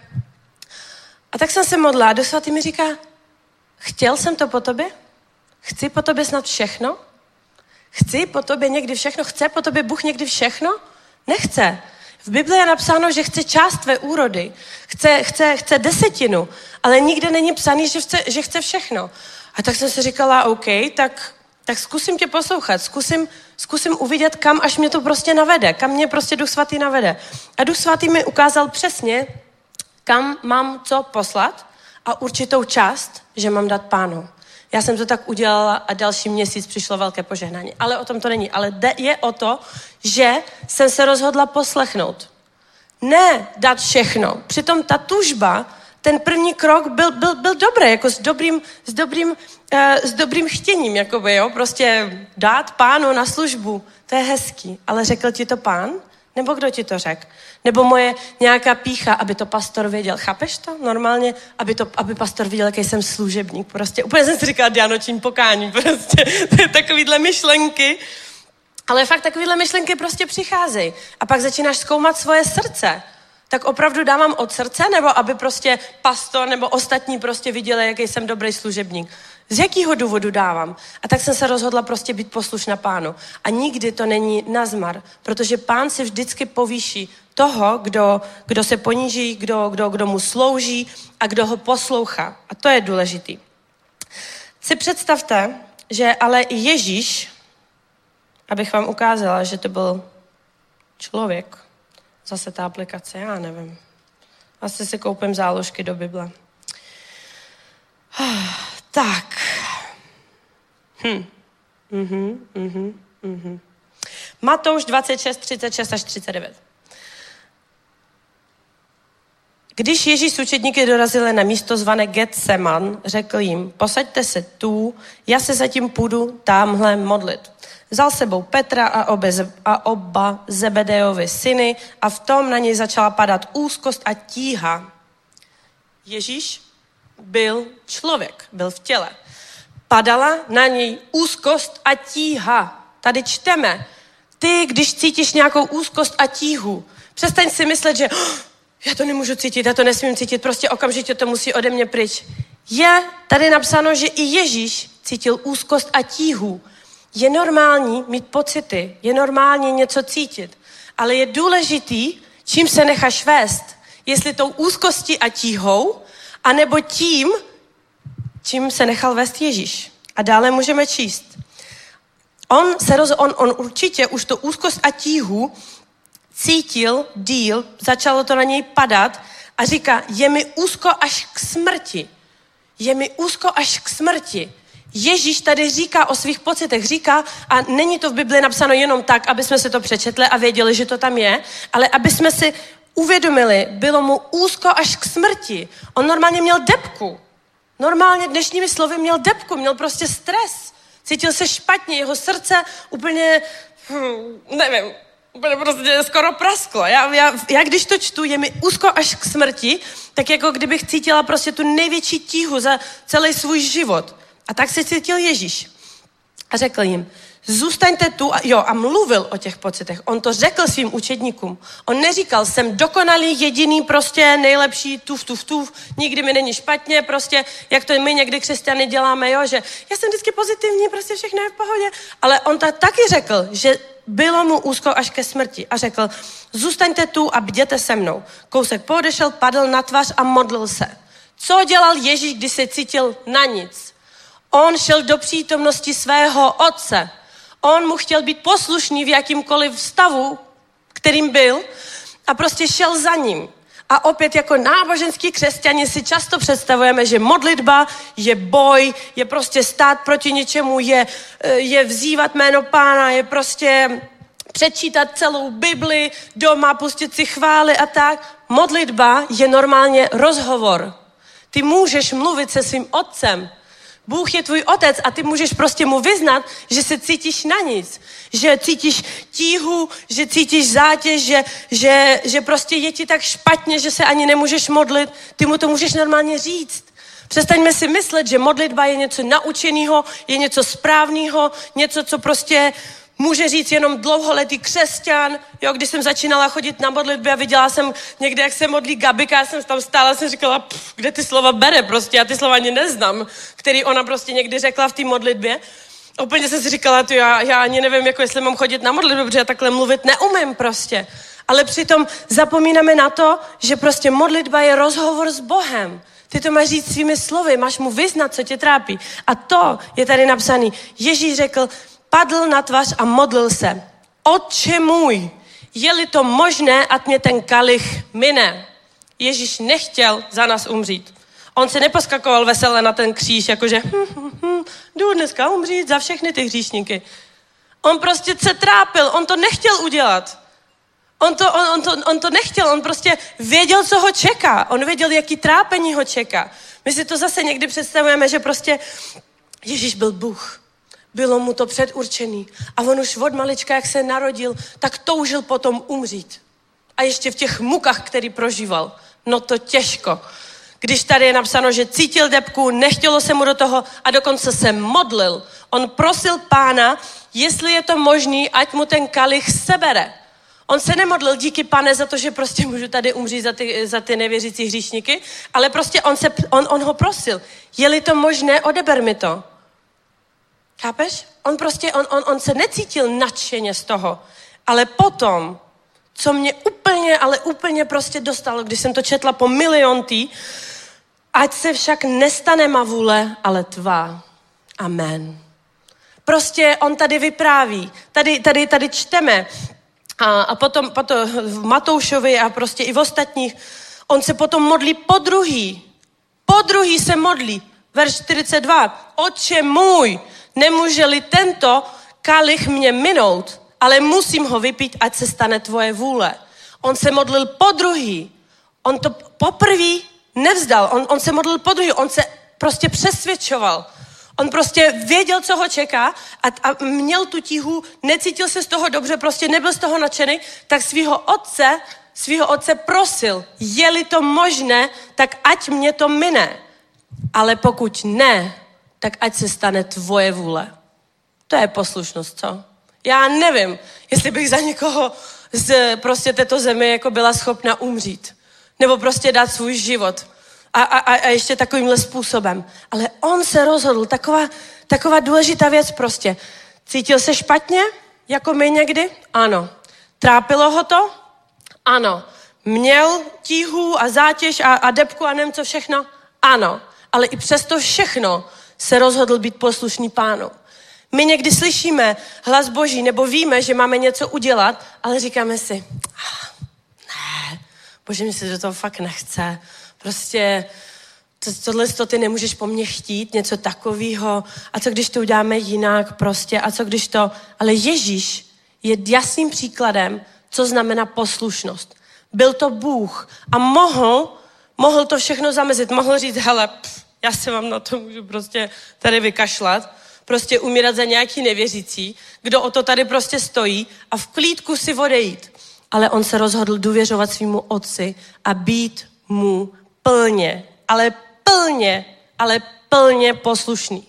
A tak jsem se modlila a Duch Svatý mi říká, chtěl jsem to po tobě? Chci po tobě snad všechno? Chci po tobě někdy všechno? Chce po tobě Bůh někdy všechno? Nechce. V Bibli je napsáno, že chce část tvé úrody. Chce, chce, chce desetinu, ale nikde není psaný, že chce, že chce všechno. A tak jsem si říkala, OK, tak, tak zkusím tě poslouchat, zkusím, zkusím uvidět, kam až mě to prostě navede, kam mě prostě Duch Svatý navede. A Duch Svatý mi ukázal přesně, kam mám co poslat a určitou část, že mám dát Pánu. Já jsem to tak udělala a další měsíc přišlo velké požehnání. Ale o tom to není. Ale je o to, že jsem se rozhodla poslechnout. Ne dát všechno. Přitom ta tužba, ten první krok byl, byl, byl dobrý, jako s dobrým, s dobrým, uh, s dobrým chtěním, jakoby, jo? Prostě dát Pánu na službu. To je hezký. Ale řekl ti to Pán? Nebo kdo ti to řekl? Nebo moje nějaká pýcha, aby to pastor věděl. Chápeš to? Normálně, aby, to, aby pastor viděl, jaký jsem služebník. Prostě úplně jsem si říkala dianočním pokání. Prostě to je takovýhle myšlenky. Ale fakt takovýhle myšlenky prostě přicházejí. A pak začínáš zkoumat svoje srdce. Tak opravdu dávám od srdce, nebo aby prostě pastor nebo ostatní prostě viděli, jaký jsem dobrý služebník. Z jakého důvodu dávám? A tak jsem se rozhodla prostě být poslušná Pánu. A nikdy to není nazmar, protože Pán si vždycky povýší toho, kdo, kdo se poníží, kdo, kdo, kdo mu slouží a kdo ho poslouchá. A to je důležitý. Si představte, že ale i Ježíš, abych vám ukázala, že to byl člověk, zase ta aplikace, já nevím. Asi si koupím záložky do Bible. Tak. Hm. Mhm, mhm, mhm. Matouš dvacet šest, třicet šest až třicet devět. Když Ježíš s učedníky dorazili na místo zvané Getseman, řekl jim, posaďte se tu, já se zatím půjdu támhle modlit. Vzal sebou Petra a, obe, a oba Zebedejovi syny a v tom na něj začala padat úzkost a tíha. Ježíš byl člověk, byl v těle. Padala na něj úzkost a tíha. Tady čteme, ty, když cítíš nějakou úzkost a tíhu, přestaň si myslet, že oh, já to nemůžu cítit, já to nesmím cítit, prostě okamžitě to musí ode mě pryč. Je tady napsáno, že i Ježíš cítil úzkost a tíhu. Je normální mít pocity, je normální něco cítit, ale je důležitý, čím se necháš vést. Jestli tou úzkostí a tíhou, anebo tím, čím se nechal vést Ježíš. A dále můžeme číst. On, se roz, on, on určitě už tu úzkost a tíhu cítil díl, začalo to na něj padat a říká, je mi úzko až k smrti. Je mi úzko až k smrti. Ježíš tady říká o svých pocitech, říká, a není to v Bibli napsáno jenom tak, aby jsme se to přečetli a věděli, že to tam je, ale aby jsme si uvědomili, bylo mu úzko až k smrti. On normálně měl depku. Normálně dnešními slovy měl depku, měl prostě stres. Cítil se špatně, jeho srdce úplně, hm, nevím, úplně prostě skoro prasklo. Já, já, já když to čtu, je mi úzko až k smrti, tak jako kdybych cítila prostě tu největší tíhu za celý svůj život. A tak se cítil Ježíš. A řekl jim, zůstaňte tu, a, jo, a mluvil o těch pocitech. On to řekl svým učedníkům. On neříkal, jsem dokonalý, jediný, prostě nejlepší, tuf, tuf, tuf, nikdy mi není špatně, prostě, jak to my někdy křesťany děláme, jo, že já jsem vždycky pozitivní, prostě všechno je v pohodě. Ale on to taky řekl, že bylo mu úzko až ke smrti a řekl, zůstaňte tu a bděte se mnou. Kousek poodešel, padl na tvář a modlil se. Co dělal Ježíš, když se cítil na nic? On šel do přítomnosti svého otce. On mu chtěl být poslušný v jakýmkoliv stavu, kterým byl, a prostě šel za ním. A opět jako náboženský křesťani si často představujeme, že modlitba je boj, je prostě stát proti něčemu, je, je vzývat jméno Pána, je prostě přečítat celou Bibli doma, pustit si chvály a tak. Modlitba je normálně rozhovor. Ty můžeš mluvit se svým otcem. Bůh je tvůj otec a ty můžeš prostě mu vyznat, že se cítíš na nic, že cítíš tíhu, že cítíš zátěž, že, že, že prostě je ti tak špatně, že se ani nemůžeš modlit. Ty mu to můžeš normálně říct. Přestaňme si myslet, že modlitba je něco naučeného, je něco správného, něco, co prostě může říct jenom dlouholetý křesťan. Jo, když jsem začínala chodit na modlitby a viděla jsem někde, jak se modlí Gabika, já jsem tam stála, jsem říkala, pff, kde ty slova bere prostě, já ty slova ani neznám, který ona prostě někdy řekla v té modlitbě. Úplně jsem si říkala, ty, já, já ani nevím, jako jestli mám chodit na modlitby, protože já takhle mluvit neumím prostě. Ale přitom zapomínáme na to, že prostě modlitba je rozhovor s Bohem. Ty to máš říct svými slovy, máš mu vyznat, co tě trápí. A to je tady napsaný. Ježíš řekl, padl na tvář a modlil se. Otče můj, je-li to možné, ať mě ten kalich mine. Ježíš nechtěl za nás umřít. On se neposkakoval veselé na ten kříž, jakože hm, hm, hm, jdu dneska umřít za všechny ty hříšníky. On prostě se trápil, on to nechtěl udělat. On to, on, on, to, on to nechtěl, on prostě věděl, co ho čeká. On věděl, jaký trápení ho čeká. My si to zase někdy představujeme, že prostě Ježíš byl Bůh. Bylo mu to předurčený. A on už od malička, jak se narodil, tak toužil potom umřít. A ještě v těch mukách, který prožíval. No to těžko. Když tady je napsáno, že cítil depku, nechtělo se mu do toho a dokonce se modlil. On prosil Pána, jestli je to možný, ať mu ten kalich sebere. On se nemodlil, díky Pane, za to, že prostě můžu tady umřít za ty, za ty nevěřící hříšníky, ale prostě on, se, on, on ho prosil. Je-li to možné, odeber mi to. Chápeš? On prostě, on, on, on se necítil nadšeně z toho, ale potom, co mě úplně, ale úplně prostě dostalo, když jsem to četla po miliontý, ať se však nestane má vůle, ale tvá. Amen. Prostě on tady vypráví, tady, tady, tady čteme a, a potom, potom v Matoušovi a prostě i v ostatních, on se potom modlí po druhý. Po druhý se modlí. Verš čtyřicet dva. Otče můj, nemůže-li tento kalich mě minout, ale musím ho vypít, ať se stane tvoje vůle. On se modlil po druhý. on to poprvé nevzdal, on, on se modlil podruhé, on se prostě přesvědčoval. On prostě věděl, co ho čeká a, a měl tu tíhu, necítil se z toho dobře, prostě nebyl z toho nadšený, tak svýho otce, svýho otce prosil, je-li to možné, tak ať mě to mine. Ale pokud ne, tak ať se stane tvoje vůle. To je poslušnost, co? Já nevím, jestli bych za někoho z prostě této země jako byla schopna umřít. Nebo prostě dát svůj život. A, a, a ještě takovýmhle způsobem. Ale on se rozhodl, taková, taková důležitá věc prostě. Cítil se špatně, jako my někdy? Ano. Trápilo ho to? Ano. Měl tíhu a zátěž a, a debku a nevím co všechno? Ano. Ale i přesto všechno se rozhodl být poslušný Pánu. My někdy slyšíme hlas Boží nebo víme, že máme něco udělat, ale říkáme si, ah, ne, Bože, mi se do toho fakt nechce. Prostě to, tohle to ty nemůžeš po mně chtít, něco takového. A co když to uděláme jinak prostě? A co když to... Ale Ježíš je jasným příkladem, co znamená poslušnost. Byl to Bůh a mohl, mohl to všechno zamezit. Mohl říct, hele, pff, já se vám na to můžu prostě tady vykašlat, prostě umírat za nějaký nevěřící, kdo o to tady prostě stojí a v klídku si odejít. Ale on se rozhodl důvěřovat svýmu otci a být mu plně, ale plně, ale plně poslušný.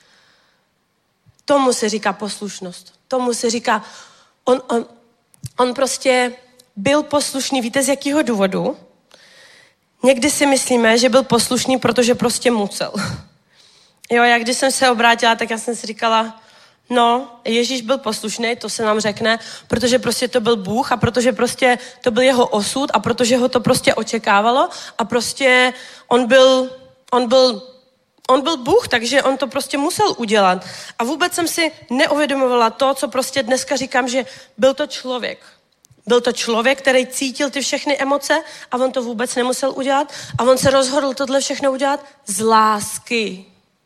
Tomu se říká poslušnost. Tomu se říká, on, on, on prostě byl poslušný, víte z jakého důvodu? Někdy si myslíme, že byl poslušný, protože prostě musel. Jo, jak když jsem se obrátila, tak já jsem si říkala, no, Ježíš byl poslušný, to se nám řekne, protože prostě to byl Bůh a protože prostě to byl jeho osud a protože ho to prostě očekávalo a prostě on byl, on byl, on byl Bůh, takže on to prostě musel udělat. A vůbec jsem si neuvědomovala to, co prostě dneska říkám, že byl to člověk. Byl to člověk, který cítil ty všechny emoce a on to vůbec nemusel udělat a on se rozhodl tohle všechno udělat z lásky.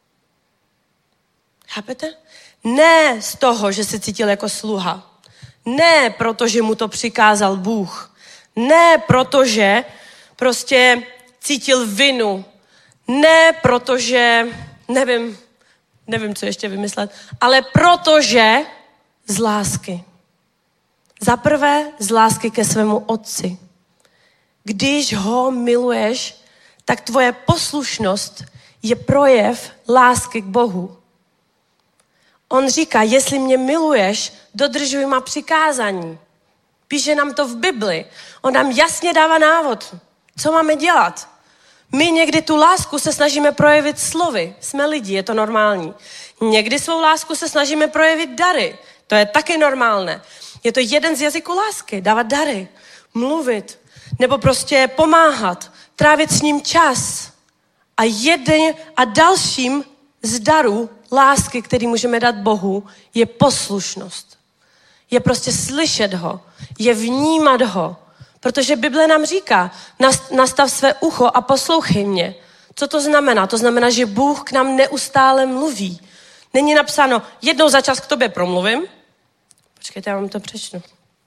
Chápete? Ne z toho, že se cítil jako sluha. Ne protože mu to přikázal Bůh. Ne protože prostě cítil vinu. Ne protože, nevím, nevím, co ještě vymyslet, ale protože z lásky. Za prvé z lásky ke svému otci. Když ho miluješ, tak tvoje poslušnost je projev lásky k Bohu. On říká, jestli mě miluješ, dodržuj má přikázání. Píše nám to v Bibli. On nám jasně dává návod, co máme dělat. My někdy tu lásku se snažíme projevit slovy. Jsme lidi, je to normální. Někdy svou lásku se snažíme projevit dary. To je taky normálné. Je to jeden z jazyků lásky. Dávat dary, mluvit, nebo prostě pomáhat, trávit s ním čas. A jeden a dalším z darů lásky, který můžeme dát Bohu, je poslušnost. Je prostě slyšet ho, je vnímat ho. Protože Bible nám říká, nastav své ucho a poslouchej mě. Co to znamená? To znamená, že Bůh k nám neustále mluví. Není napsáno, jednou za čas k tobě promluvím. Počkejte, já vám to přečtu.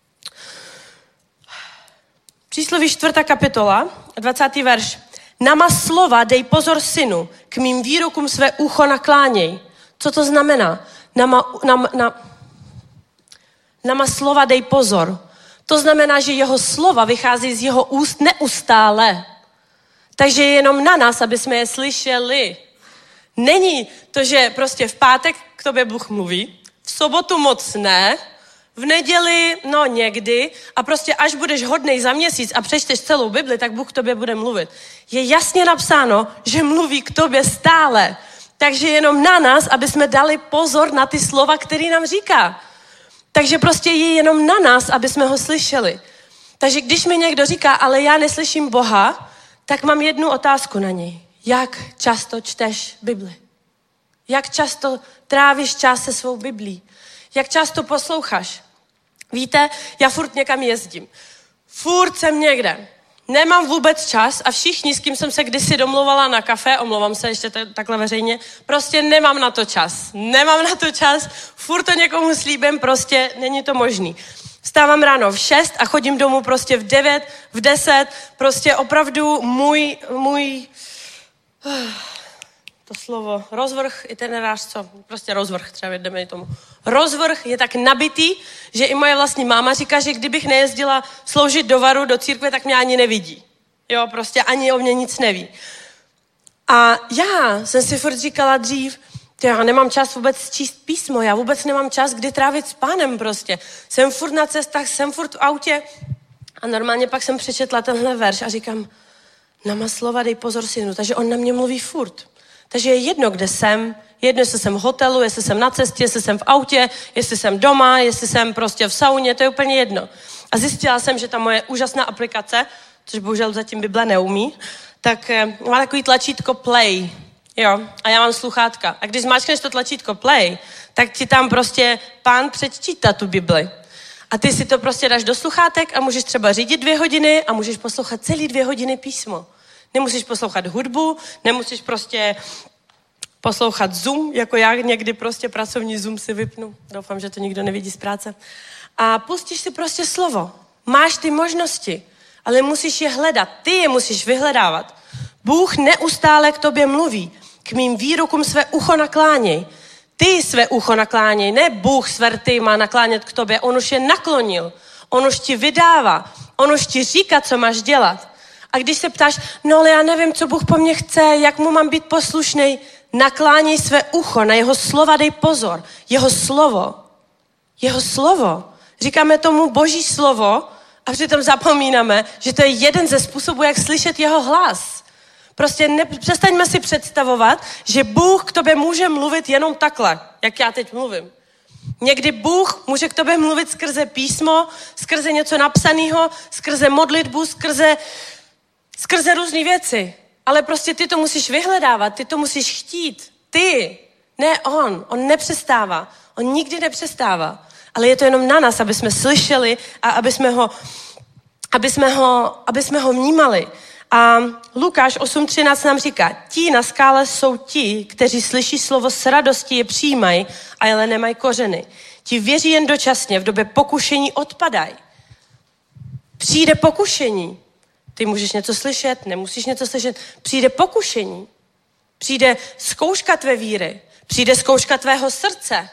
Přísloví čtvrtá kapitola, dvacátý verš. Na má slova dej pozor, synu, k mým výrokům své ucho nakláněj. Co to znamená? Na má, na, na, na má slova dej pozor. To znamená, že jeho slova vychází z jeho úst neustále. Takže je jenom na nás, aby jsme je slyšeli. Není to, že prostě v pátek k tobě Bůh mluví, v sobotu moc ne, v neděli, no někdy, a prostě až budeš hodnej za měsíc a přečteš celou Bibli, tak Bůh k tobě bude mluvit. Je jasně napsáno, že mluví k tobě stále. Takže jenom na nás, aby jsme dali pozor na ty slova, který nám říká. Takže prostě je jenom na nás, aby jsme ho slyšeli. Takže když mi někdo říká, ale já neslyším Boha, tak mám jednu otázku na něj. Jak často čteš Bibli? Jak často trávíš čas se svou Biblí? Jak často posloucháš? Víte, já furt někam jezdím. Furt jsem někde. Nemám vůbec čas a všichni, s kým jsem se kdysi domluvala na kafe, omlouvám se ještě t- takhle veřejně, prostě nemám na to čas. Nemám na to čas, furt to někomu slíbím, prostě není to možný. Vstávám ráno v šest a chodím domů prostě v devět, v deset. Prostě opravdu můj, můj, to slovo, rozvrh, itinerář, co? Prostě rozvrh, třeba jdeme tomu. Rozvrh je tak nabitý, že i moje vlastní máma říká, že kdybych nejezdila sloužit do Varu, do církve, tak mě ani nevidí. Jo, prostě ani o mě nic neví. A já jsem si furt říkala dřív, já nemám čas vůbec číst písmo, já vůbec nemám čas, kdy trávit s Pánem prostě. Jsem furt na cestách, jsem furt v autě a normálně pak jsem přečetla tenhle verš a říkám, na má slova dej pozor, synu, takže on na mě mluví furt. Takže je jedno, kde jsem, jedno, jestli jsem v hotelu, jestli jsem na cestě, jestli jsem v autě, jestli jsem doma, jestli jsem prostě v sauně, to je úplně jedno. A zjistila jsem, že ta moje úžasná aplikace, což bohužel zatím Bible neumí, tak má takový tlačítko play, jo, a já mám sluchátka. A když zmáčkneš to tlačítko play, tak ti tam prostě Pán předčítá tu Bibli. A ty si to prostě dáš do sluchátek a můžeš třeba řídit dvě hodiny a můžeš poslouchat celý dvě hodiny písmo. Nemusíš poslouchat hudbu, nemusíš prostě poslouchat Zoom, jako já někdy prostě pracovní Zoom si vypnu. Doufám, že to nikdo nevidí z práce. A pustíš si prostě slovo. Máš ty možnosti, ale musíš je hledat. Ty je musíš vyhledávat. Bůh neustále k tobě mluví. K mým výrokům své ucho nakláněj. Ty své ucho nakláněj, ne Bůh své rty má naklánět k tobě. On už je naklonil. On už ti vydává. On už ti říká, co máš dělat. A když se ptáš, no ale já nevím, co Bůh po mně chce, jak mu mám být poslušnej, nakláněj své ucho, na jeho slova dej pozor. Jeho slovo. Jeho slovo. Říkáme tomu Boží slovo a přitom zapomínáme, že to je jeden ze způsobů, jak slyšet jeho hlas. Prostě ne, přestaňme si představovat, že Bůh k tobě může mluvit jenom takhle, jak já teď mluvím. Někdy Bůh může k tobě mluvit skrze písmo, skrze něco napsaného, skrze modlitbu, skrze, skrze různé věci. Ale prostě ty to musíš vyhledávat, ty to musíš chtít. Ty, ne on. On nepřestává. On nikdy nepřestává. Ale je to jenom na nás, aby jsme slyšeli a aby jsme ho, aby jsme ho, aby jsme ho vnímali. A Lukáš osm třináct nám říká, ti na skále jsou ti, kteří slyší slovo s radostí, je přijímají, ale nemají kořeny. Ti věří jen dočasně, v době pokušení odpadají. Přijde pokušení. Ty můžeš něco slyšet, nemusíš něco slyšet. Přijde pokušení. Přijde zkouška tvé víry. Přijde zkouška tvého srdce.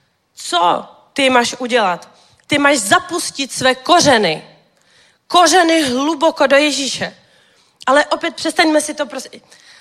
Co ty máš udělat? Ty máš zapustit své kořeny. Kořeny hluboko do Ježíše. Ale opět přestaňme si to prostě...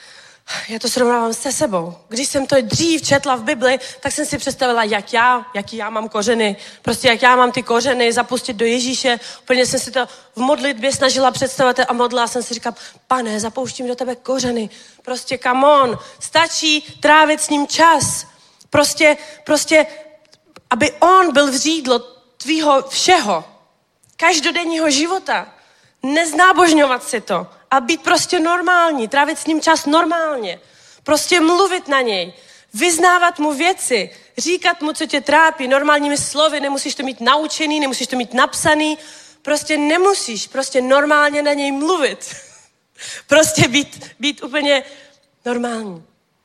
Já to srovnávám se sebou. Když jsem to dřív četla v Bibli, tak jsem si představila, jak já, jaký já mám kořeny. Prostě jak já mám ty kořeny zapustit do Ježíše. Úplně jsem si to v modlitbě snažila představit a modlila jsem si říkala, Pane, zapouštím do tebe kořeny. Prostě come on. Stačí trávit s ním čas. Prostě, prostě, aby on byl vřídlo tvýho všeho. Každodenního života. Neznábožňovat si to. A být prostě normální, trávit s ním čas normálně. Prostě mluvit na něj, vyznávat mu věci, říkat mu, co tě trápí, normálními slovy, nemusíš to mít naučený, nemusíš to mít napsaný, prostě nemusíš, prostě normálně na něj mluvit. Prostě být, být úplně normální.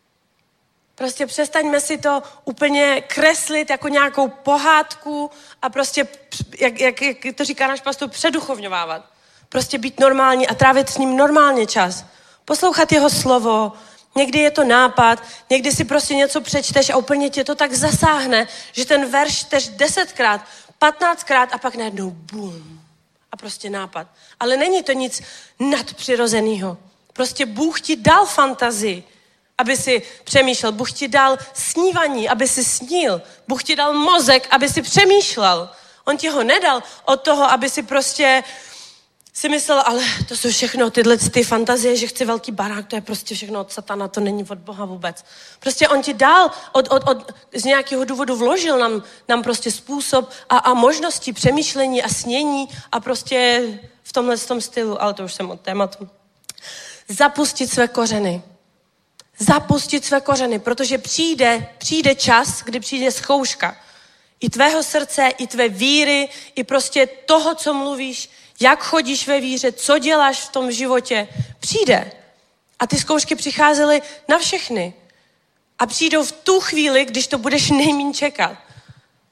Prostě přestaňme si to úplně kreslit jako nějakou pohádku a prostě, jak, jak, jak to říká náš pastor, předuchovňovávat. Prostě být normální a trávit s ním normálně čas. Poslouchat jeho slovo, někdy je to nápad, někdy si prostě něco přečteš a úplně tě to tak zasáhne, že ten verš čteš desetkrát, patnáctkrát a pak najednou bum. A prostě nápad. Ale není to nic nadpřirozeného. Prostě Bůh ti dal fantazii, aby si přemýšlel. Bůh ti dal snívaní, aby si snil. Bůh ti dal mozek, aby si přemýšlel. On ti ho nedal od toho, aby si prostě si myslel, ale to jsou všechno tyhle ty fantazie, že chci velký barák, to je prostě všechno od satana, to není od Boha vůbec. Prostě on ti dal, od, od, od, z nějakého důvodu vložil nám, nám prostě způsob a, a možnosti přemýšlení a snění a prostě v tomhle tom stylu, ale to už jsem od tématu. Zapustit své kořeny. Zapustit své kořeny, protože přijde, přijde čas, kdy přijde zkouška. I tvého srdce, i tvé víry, i prostě toho, co mluvíš, jak chodíš ve víře, co děláš v tom životě, přijde. A ty zkoušky přicházely na všechny. A přijdou v tu chvíli, když to budeš nejmíň čekat.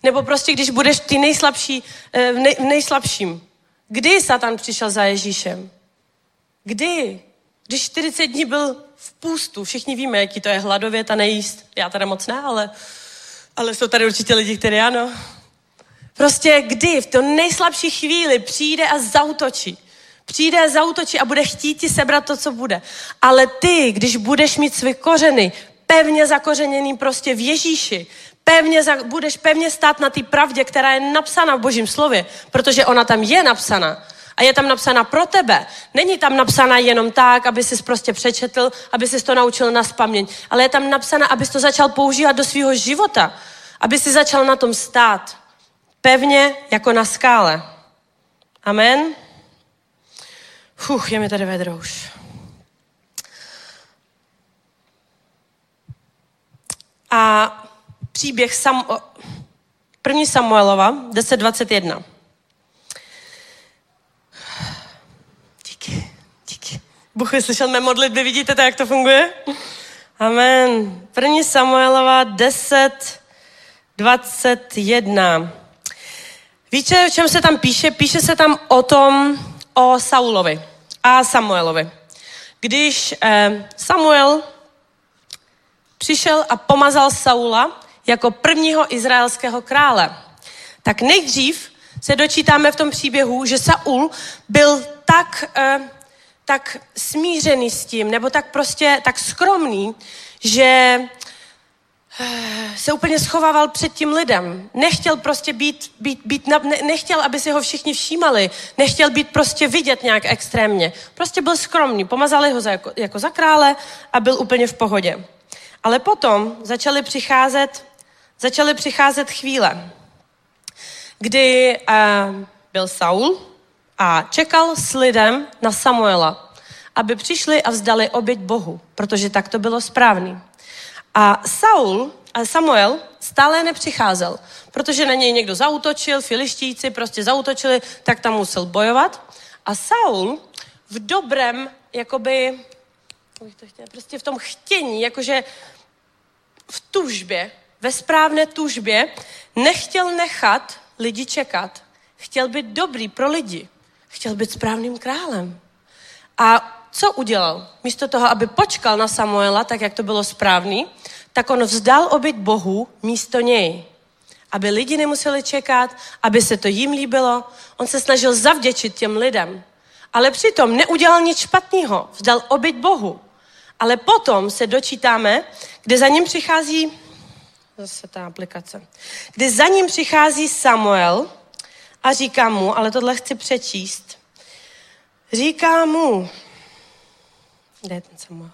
Nebo prostě, když budeš ty nejslabší, v, nej, v nejslabším. Kdy Satan přišel za Ježíšem? Kdy? Když čtyřicet dní byl v půstu. Všichni víme, jaký to je hladovět a nejíst. Já teda moc ne, ale, ale jsou tady určitě lidi, kteří ano. Prostě kdy? V to nejslabší chvíli přijde a zaútočí. Přijde a zaútočí a bude chtít ti sebrat to, co bude. Ale ty, když budeš mít své kořeny pevně zakořeněný prostě v Ježíši, pevně za, budeš pevně stát na té pravdě, která je napsána v Božím slově, protože ona tam je napsána. A je tam napsána pro tebe. Není tam napsána jenom tak, aby jsi prostě přečetl, aby jsi to naučil nazpaměť. Ale je tam napsána, abys to začal používat do svého života. Aby si začal na tom stát. Pevně jako na skále. Amen. Fuch, je mi tady vedro už. A příběh Sam, první Samuelova, deset dvacet jedna. Díky, díky. Bůh vyslyšel mé modlitby, vidíte to, jak to funguje? Amen. První Samuelova, deset dvacet jedna. Víte, o čem se tam píše? Píše se tam o tom, o Saulovi a Samuelovi. Když eh, Samuel přišel a pomazal Saula jako prvního izraelského krále, tak nejdřív se dočítáme v tom příběhu, že Saul byl tak, eh, tak smířený s tím, nebo tak prostě tak skromný, že se úplně schovával před tím lidem. Nechtěl prostě být, být, být ne, nechtěl, aby si ho všichni všímali. Nechtěl být prostě vidět nějak extrémně. Prostě byl skromný. Pomazali ho za, jako, jako za krále a byl úplně v pohodě. Ale potom začaly přicházet, začaly přicházet chvíle, kdy uh, byl Saul a čekal s lidem na Samuela, aby přišli a vzdali oběť Bohu, protože tak to bylo správný. A Saul a Samuel stále nepřicházel, protože na něj někdo zaútočil, filištíci prostě zaútočili, tak tam musel bojovat. A Saul v dobrém, jakoby, bych to chtěla, prostě v tom chtění, jakože v tužbě, ve správné tužbě, nechtěl nechat lidi čekat. Chtěl být dobrý pro lidi. Chtěl být správným králem. A co udělal? Místo toho, aby počkal na Samuela, tak jak to bylo správný, tak on vzdal oběť Bohu místo něj. Aby lidi nemuseli čekat, aby se to jim líbilo. On se snažil zavděčit těm lidem. Ale přitom neudělal nic špatného. Vzdal oběť Bohu. Ale potom se dočítáme, kde za ním přichází, zase ta aplikace, kde za ním přichází Samuel a říká mu, ale tohle chci přečíst, říká mu, kde je ten Samuel?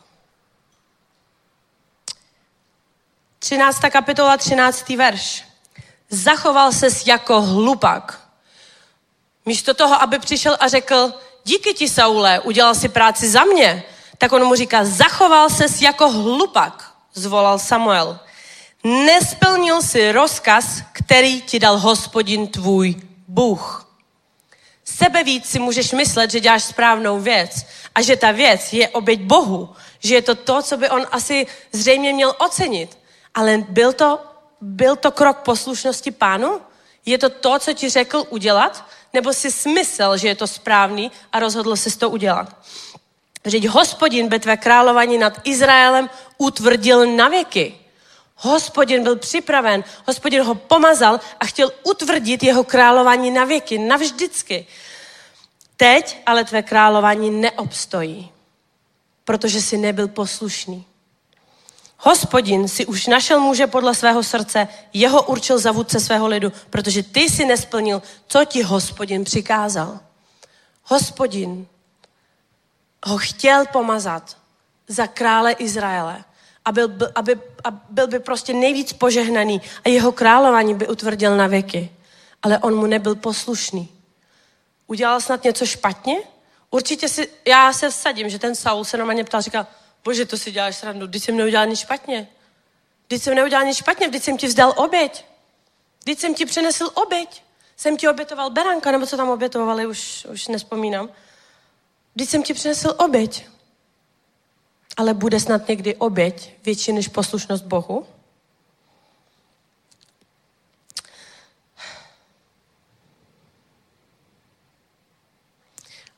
třináctá kapitola, třináctý verš. Zachoval ses jako hlupák. Místo toho, aby přišel a řekl, díky ti, Saule, udělal si práci za mě, tak on mu říká, zachoval ses jako hlupák, zvolal Samuel. Nesplnil si rozkaz, který ti dal Hospodin tvůj Bůh. Sebevíc si můžeš myslet, že děláš správnou věc a že ta věc je oběť Bohu, že je to to, co by on asi zřejmě měl ocenit. Ale byl to, byl to krok poslušnosti Pánu? Je to to, co ti řekl udělat? Nebo jsi smysl, že je to správný a rozhodl jsi to udělat? Vždyť Hospodin by tvé králování nad Izraelem utvrdil na věky. Hospodin byl připraven, Hospodin ho pomazal a chtěl utvrdit jeho králování na věky, navždycky. Teď ale tvé králování neobstojí, protože jsi nebyl poslušný. Hospodin si už našel muže podle svého srdce, jeho určil za vůdce svého lidu, protože ty si nesplnil, co ti Hospodin přikázal. Hospodin ho chtěl pomazat za krále Izraele a byl, by, aby, a byl by prostě nejvíc požehnaný a jeho králování by utvrdil na věky. Ale on mu nebyl poslušný. Udělal snad něco špatně? Určitě si, já se vsadím, že ten Saul se na mě ptal, říkal, bože, to si děláš srandu, vždyť jsem neudělal nic špatně. Vždyť jsem neudělal nic špatně, vždyť jsem ti vzdal oběť. Vždyť jsem ti přinesl oběť. Jsem ti obětoval beránka, nebo co tam obětovali, už, už nespomínám. Vždyť jsem ti přinesl oběť. Ale bude snad někdy oběť větší než poslušnost Bohu?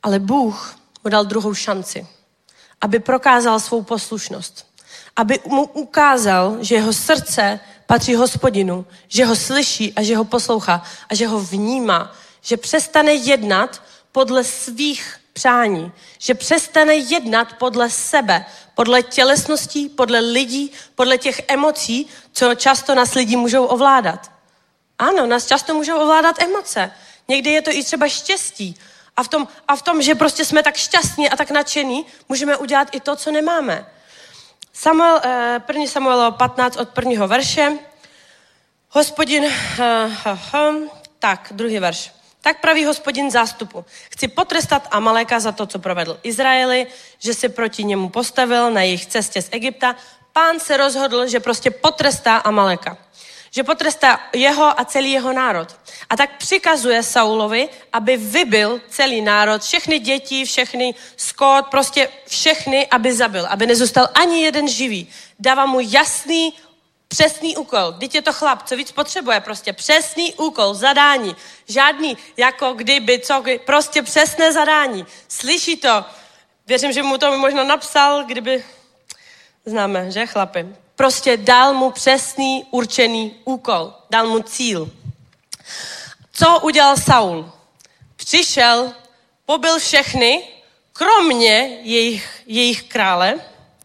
Ale Bůh mu dal druhou šanci, aby prokázal svou poslušnost. Aby mu ukázal, že jeho srdce patří Hospodinu, že ho slyší a že ho poslouchá a že ho vnímá, že přestane jednat podle svých přání, že přestane jednat podle sebe, podle tělesností, podle lidí, podle těch emocí, co často nás lidi můžou ovládat. Ano, nás často můžou ovládat emoce. Někdy je to i třeba štěstí. A v tom, a v tom, že prostě jsme tak šťastní a tak nadšení, můžeme udělat i to, co nemáme. Samuel, první Samuel patnáct od prvního verše. Hospodin, tak, druhý verš. Tak praví Hospodin zástupu. Chci potrestat Amaleka za to, co provedl Izraeli, že se proti němu postavil na jejich cestě z Egypta. Pán se rozhodl, že prostě potrestá Amaleka. Že potrestá jeho a celý jeho národ. A tak přikazuje Saulovi, aby vybil celý národ, všechny děti, všechny skot, prostě všechny, aby zabil, aby nezůstal ani jeden živý. Dává mu jasný, přesný úkol. Vždyť je to chlap, co víc potřebuje, prostě přesný úkol, zadání. Žádný, jako kdyby, co, kdy, prostě přesné zadání. Slyší to. Věřím, že mu to možná napsal, kdyby, známe, že chlapi. Prostě dal mu přesný, určený úkol. Dal mu cíl. Co udělal Saul? Přišel, pobil všechny, kromě jejich, jejich krále.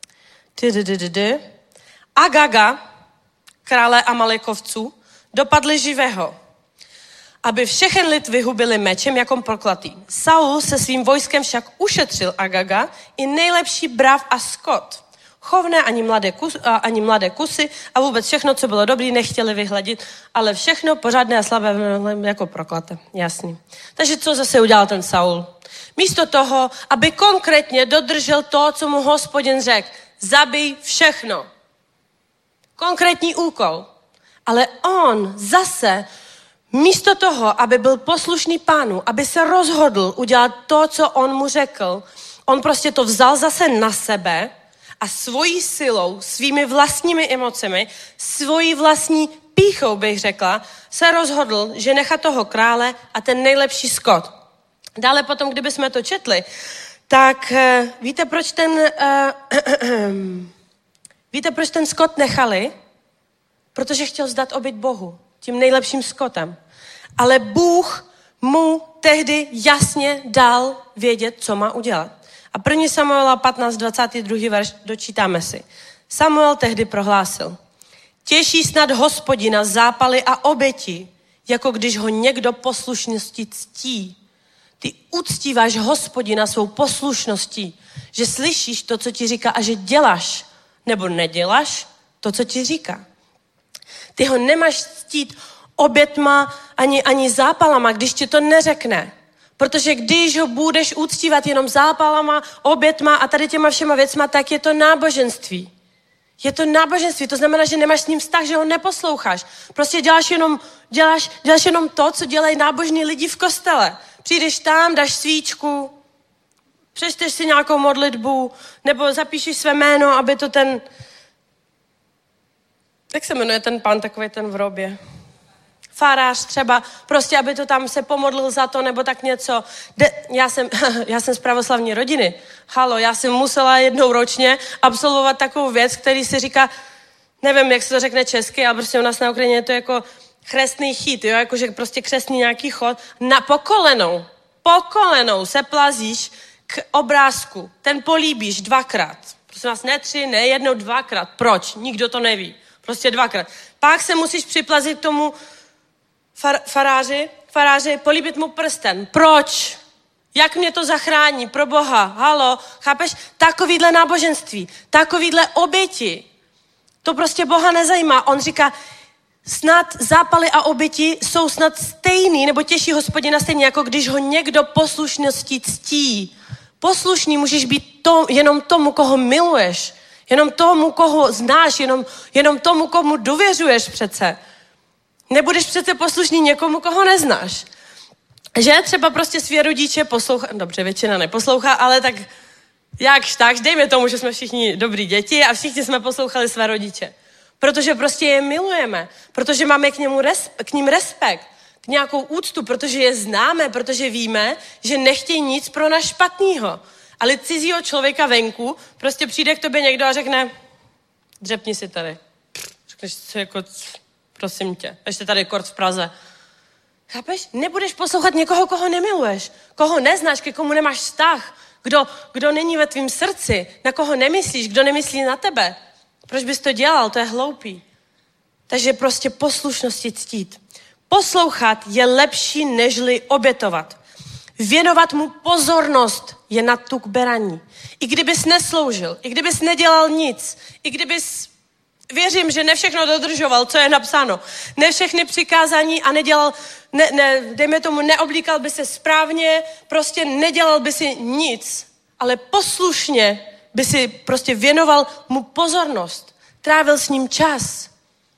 Agaga, krále Amalekovců, dopadli živého, aby všechen lid vyhubili mečem jako prokletý. Saul se svým vojskem však ušetřil Agaga i nejlepší brav a skot. Chovné ani mladé, kus, ani mladé kusy a vůbec všechno, co bylo dobrý, nechtěli vyhladit, ale všechno pořádné a slabé jako proklaté. Jasný. Takže co zase udělal ten Saul? Místo toho, aby konkrétně dodržel to, co mu Hospodin řekl, zabij všechno. Konkrétní úkol. Ale on zase místo toho, aby byl poslušný Pánu, aby se rozhodl udělat to, co on mu řekl, on prostě to vzal zase na sebe a svojí silou, svými vlastními emocemi, svojí vlastní pýchou, bych řekla, se rozhodl, že nechá toho krále a ten nejlepší skot. Dále potom, kdybychom to četli, tak uh, víte, proč ten uh, víte, proč ten skot nechali? Protože chtěl zdat oběť Bohu, tím nejlepším skotem. Ale Bůh mu tehdy jasně dal vědět, co má udělat. A první Samuela patnáct, dvacátý druhý verš dočítáme si. Samuel tehdy prohlásil: těší snad Hospodina zápaly a oběti, jako když ho někdo poslušností ctí. Ty uctíváš Hospodina svou poslušností, že slyšíš to, co ti říká a že děláš nebo neděláš to, co ti říká. Ty ho nemáš ctít obětma ani, ani zápalama, když ti to neřekne. Protože když ho budeš uctívat jenom zápalama, obětma a tady těma všema věcma, tak je to náboženství. Je to náboženství, to znamená, že nemáš s ním vztah, že ho neposloucháš. Prostě děláš jenom, děláš, děláš jenom to, co dělají nábožní lidi v kostele. Přijdeš tam, dáš svíčku, přečteš si nějakou modlitbu, nebo zapíšeš své jméno, aby to ten... Jak se jmenuje ten pán, takový ten v robě? Farář třeba, prostě aby to tam se pomodlil za to, nebo tak něco. De, já, jsem, já jsem z pravoslavní rodiny. Halo, já jsem musela jednou ročně absolvovat takovou věc, který se říká, nevím, jak se to řekne česky, ale prostě u nás na Ukrajině je to jako křestný chít, jo, jakože prostě křestný nějaký chod. Na pokolenou, pokolenou se plazíš k obrázku, ten políbíš dvakrát. Prostě nás ne tři, ne jednou, dvakrát. Proč? Nikdo to neví. Prostě dvakrát. Pak se musíš připlazit k tomu far, faráři, faráři, políbit mu prsten. Proč? Jak mě to zachrání? Pro Boha. Halo, chápeš? Takovýhle náboženství, takovýhle oběti. To prostě Boha nezajímá. On říká, snad zápaly a oběti jsou snad stejný, nebo těší Hospodina stejně, jako když ho někdo poslušností ctí. Poslušný můžeš být to, jenom tomu, koho miluješ. Jenom tomu, koho znáš, jenom, jenom tomu, komu důvěřuješ přece. Nebudeš přece poslušný někomu, koho neznáš. Že třeba prostě svě rodiče poslouchá, dobře, většina neposlouchá, ale tak jakž tak, dejme tomu, že jsme všichni dobrý děti a všichni jsme poslouchali své rodiče. Protože prostě je milujeme, protože máme k, němu res, k ním respekt. nějakou úctu, protože je známe, protože víme, že nechtějí nic pro nás špatného. Ale cizího člověka venku prostě přijde k tobě někdo a řekne, dřepni si tady. Řekneš si jako, prosím tě, ještě tady kort v Praze. Chápeš? Nebudeš poslouchat někoho, koho nemiluješ, koho neznáš, ke komu nemáš vztah, kdo, kdo není ve tvém srdci, na koho nemyslíš, kdo nemyslí na tebe. Proč bys to dělal? To je hloupý. Takže prostě poslušnosti ctít. Poslouchat je lepší, nežli obětovat. Věnovat mu pozornost je na tuk beraní. I kdybys nesloužil, i kdybys nedělal nic, i kdybys, věřím, že ne všechno dodržoval, co je napsáno, ne všechny přikázání a nedělal, ne, ne, dejme tomu, neoblíkal by se správně, prostě nedělal by si nic, ale poslušně by si prostě věnoval mu pozornost. Trávil s ním čas.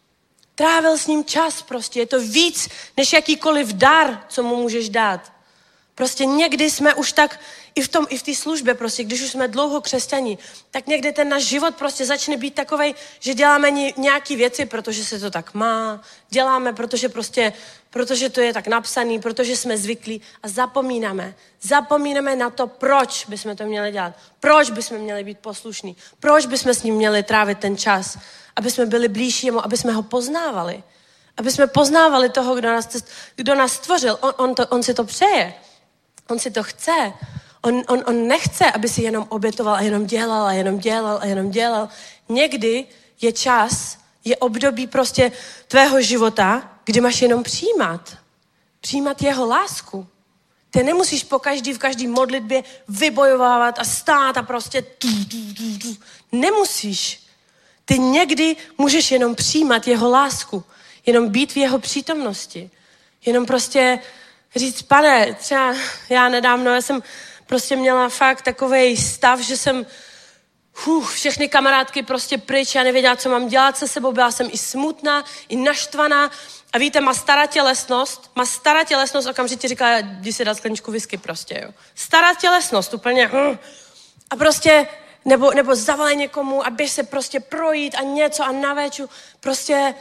Trávil s ním čas prostě. Je to víc, než jakýkoliv dar, co mu můžeš dát. Prostě někdy jsme už tak, i v tom, i v té službě prostě, když už jsme dlouho křesťaní, tak někdy ten náš život prostě začne být takovej, že děláme nějaké věci, protože se to tak má, děláme, protože prostě, protože to je tak napsaný, protože jsme zvyklí a zapomínáme. Zapomínáme na to, proč bychom to měli dělat, proč bychom měli být poslušní, proč bychom s ním měli trávit ten čas, aby jsme byli blížší jemu, aby jsme ho poznávali, aby jsme poznávali toho, kdo nás, kdo nás stvořil. On, on, to, on si to přeje. On si to chce. On, on, on nechce, aby si jenom obětoval a jenom dělal a jenom dělal a jenom dělal. Někdy je čas, je období prostě tvého života, kdy máš jenom přijímat. Přijímat jeho lásku. Ty nemusíš po každý, v každý modlitbě vybojovávat a stát a prostě tu, tu, tu, tu. Nemusíš. Ty někdy můžeš jenom přijímat jeho lásku. Jenom být v jeho přítomnosti. Jenom prostě říct, pane, třeba já nedávno, já jsem prostě měla fakt takovej stav, že jsem huh, všechny kamarádky prostě pryč, já nevěděla, co mám dělat se sebou, byla jsem i smutná, i naštvaná a víte, má stará tělesnost, má stará tělesnost, okamžitě říkala, jdi si dát skleničku whisky prostě, jo. Stará tělesnost, úplně hm. A prostě, nebo, nebo zavolej někomu a běž se prostě projít a něco a na véču, prostě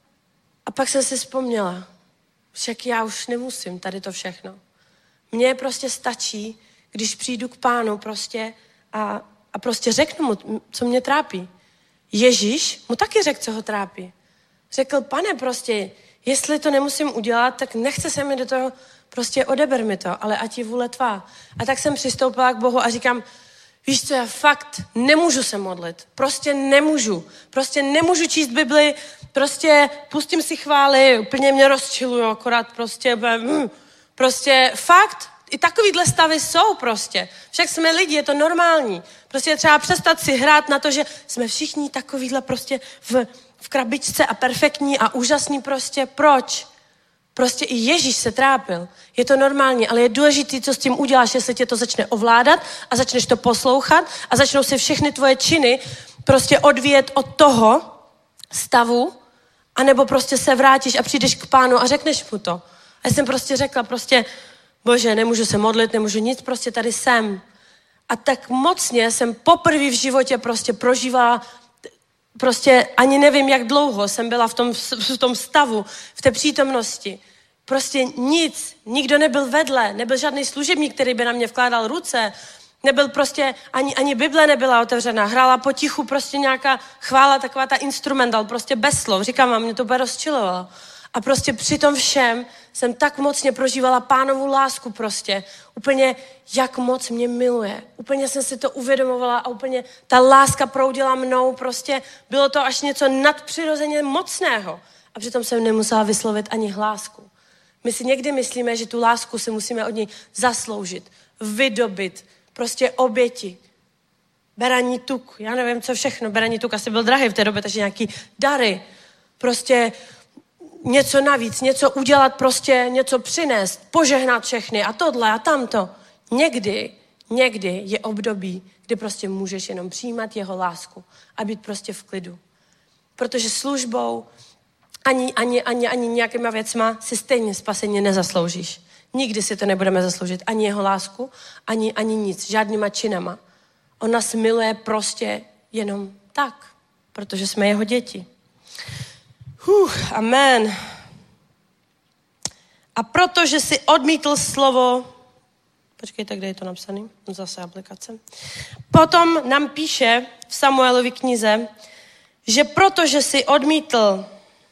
a pak jsem si vzpomněla, však já už nemusím tady to všechno. Mně prostě stačí, když přijdu k Pánu prostě a, a prostě řeknu mu, co mě trápí. Ježíš mu taky řekl, co ho trápí. Řekl, pane, prostě, jestli to nemusím udělat, tak nechce se mi do toho, prostě odeber mi to, ale ať je vůle tvá. A tak jsem přistoupila k Bohu a říkám, víš co, já fakt nemůžu se modlit. Prostě nemůžu. Prostě nemůžu číst Bibli, prostě pustím si chvály, úplně mě rozčiluju, akorát prostě, mm, prostě fakt, i takovýhle stavy jsou prostě. Však jsme lidi, je to normální. Prostě třeba přestat si hrát na to, že jsme všichni takovýhle prostě v, v krabičce a perfektní a úžasní prostě. Proč? Prostě i Ježíš se trápil. Je to normální, ale je důležité, co s tím uděláš, jestli tě to začne ovládat a začneš to poslouchat a začnou se všechny tvoje činy prostě odvíjet od toho stavu, anebo prostě se vrátíš a přijdeš k Pánu a řekneš mu to. A já jsem prostě řekla, prostě, Bože, nemůžu se modlit, nemůžu nic, prostě tady jsem. A tak mocně jsem poprvé v životě prostě prožívala, prostě ani nevím, jak dlouho jsem byla v tom, v tom stavu, v té přítomnosti. Prostě nic, nikdo nebyl vedle, nebyl žádný služebník, který by na mě vkládal ruce, nebyl prostě, ani, ani Bible nebyla otevřená, hrála potichu prostě nějaká chvála, taková ta instrumental, prostě bez slov, říkám vám, mě to bude rozčilovalo. A prostě při tom všem jsem tak mocně prožívala Pánovu lásku prostě. Úplně, jak moc mě miluje. Úplně jsem si to uvědomovala a úplně ta láska proudila mnou. Prostě bylo to až něco nadpřirozeně mocného. A přitom jsem nemusela vyslovit ani hlásku. My si někdy myslíme, že tu lásku si musíme od něj zasloužit, vydobit, prostě oběti. Beraní tuk, já nevím, co všechno. Beraní tuk asi byl drahý v té době, takže nějaký dary. Prostě něco navíc, něco udělat, prostě něco přinést, požehnat všechny a tohle a tamto. Někdy, někdy je období, kdy prostě můžeš jenom přijímat jeho lásku a být prostě v klidu. Protože službou ani, ani, ani, ani nějakýma věcma si stejně spasení nezasloužíš. Nikdy si to nebudeme zasloužit. Ani jeho lásku, ani, ani nic, žádnýma činama. On nás miluje prostě jenom tak, protože jsme jeho děti. Huh, amen. A protože si odmítl slovo, počkejte, kde je to napsané? Zase aplikace. Potom nám píše v Samuelově knize, že protože si odmítl,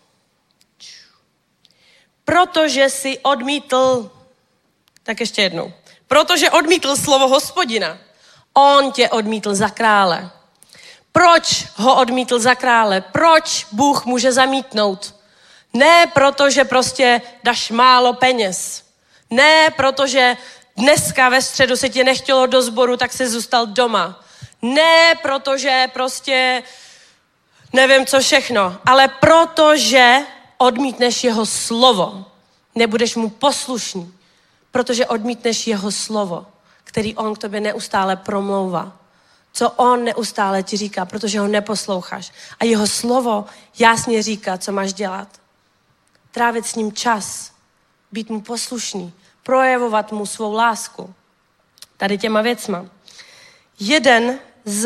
protože si odmítl, tak ještě jednou, protože odmítl slovo Hospodina, on tě odmítl za krále. Proč ho odmítl za krále? Proč Bůh může zamítnout? Ne protože prostě dáš málo peněz. Ne protože dneska ve středu se tě nechtělo do sboru, tak se zůstal doma. Ne protože prostě nevím co všechno, ale protože odmítneš jeho slovo. Nebudeš mu poslušný, protože odmítneš jeho slovo, který on k tobě neustále promlouvá. Co on neustále ti říká, protože ho neposloucháš. A jeho slovo jasně říká, co máš dělat. Trávit s ním čas, být mu poslušný, projevovat mu svou lásku. Tady těma věcma. Jeden z...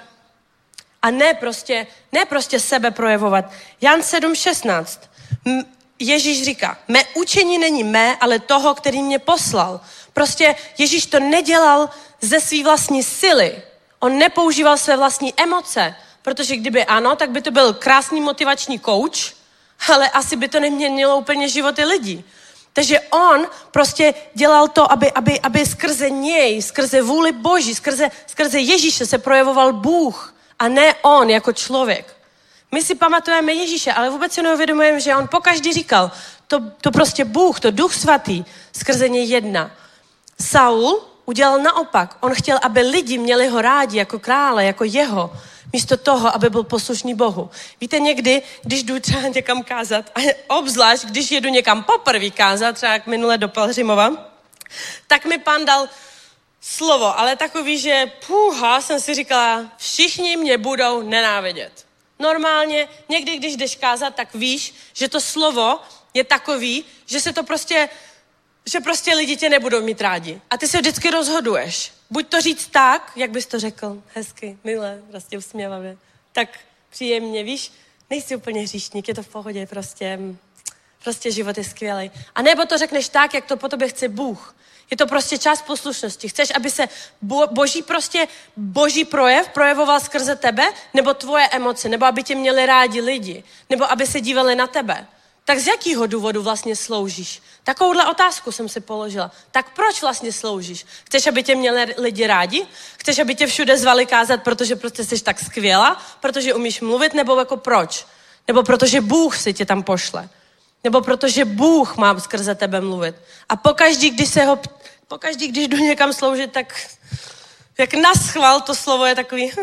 A ne prostě, ne prostě sebe projevovat. Jan sedm šestnáct. Ježíš říká, mé učení není mé, ale toho, který mě poslal. Prostě Ježíš to nedělal ze své vlastní síly. On nepoužíval své vlastní emoce, protože kdyby ano, tak by to byl krásný motivační coach, ale asi by to neměnilo úplně životy lidí. Takže on prostě dělal to, aby, aby, aby skrze něj, skrze vůli Boží, skrze, skrze Ježíše se projevoval Bůh a ne on jako člověk. My si pamatujeme Ježíše, ale vůbec si neuvědomujeme, že on pokaždý říkal, to, to prostě Bůh, to Duch Svatý, skrze něj jedná. Saul udělal naopak. On chtěl, aby lidi měli ho rádi jako krále, jako jeho, místo toho, aby byl poslušný Bohu. Víte, někdy, když jdu třeba někam kázat, a obzvlášť, když jedu někam poprvé kázat, třeba jak minule do Pelhřimova, tak mi pán dal slovo, ale takový, že půha, jsem si říkala, všichni mě budou nenávidět. Normálně, někdy, když jdeš kázat, tak víš, že to slovo je takový, že se to prostě, že prostě lidi tě nebudou mít rádi. A ty se vždycky rozhoduješ. Buď to říct tak, jak bys to řekl, hezky, milé, prostě usměvavě, tak příjemně, víš, nejsi úplně hříšník, je to v pohodě, prostě, prostě život je skvělý. A nebo to řekneš tak, jak to po tobě chce Bůh. Je to prostě část poslušnosti. Chceš, aby se bo, boží prostě, boží projev projevoval skrze tebe, nebo tvoje emoce, nebo aby tě měli rádi lidi, nebo aby se dívali na tebe. Tak z jakého důvodu vlastně sloužíš? Takovouhle otázku jsem si položila. Tak proč vlastně sloužíš? Chceš, aby tě měli lidi rádi? Chceš, aby tě všude zvali kázat, protože prostě jsi tak skvělá? Protože umíš mluvit? Nebo jako proč? Nebo protože Bůh si tě tam pošle? Nebo protože Bůh má skrze tebe mluvit? A pokaždý, když se ho, pokaždý, když jdu někam sloužit, tak jak naschval to slovo je takový,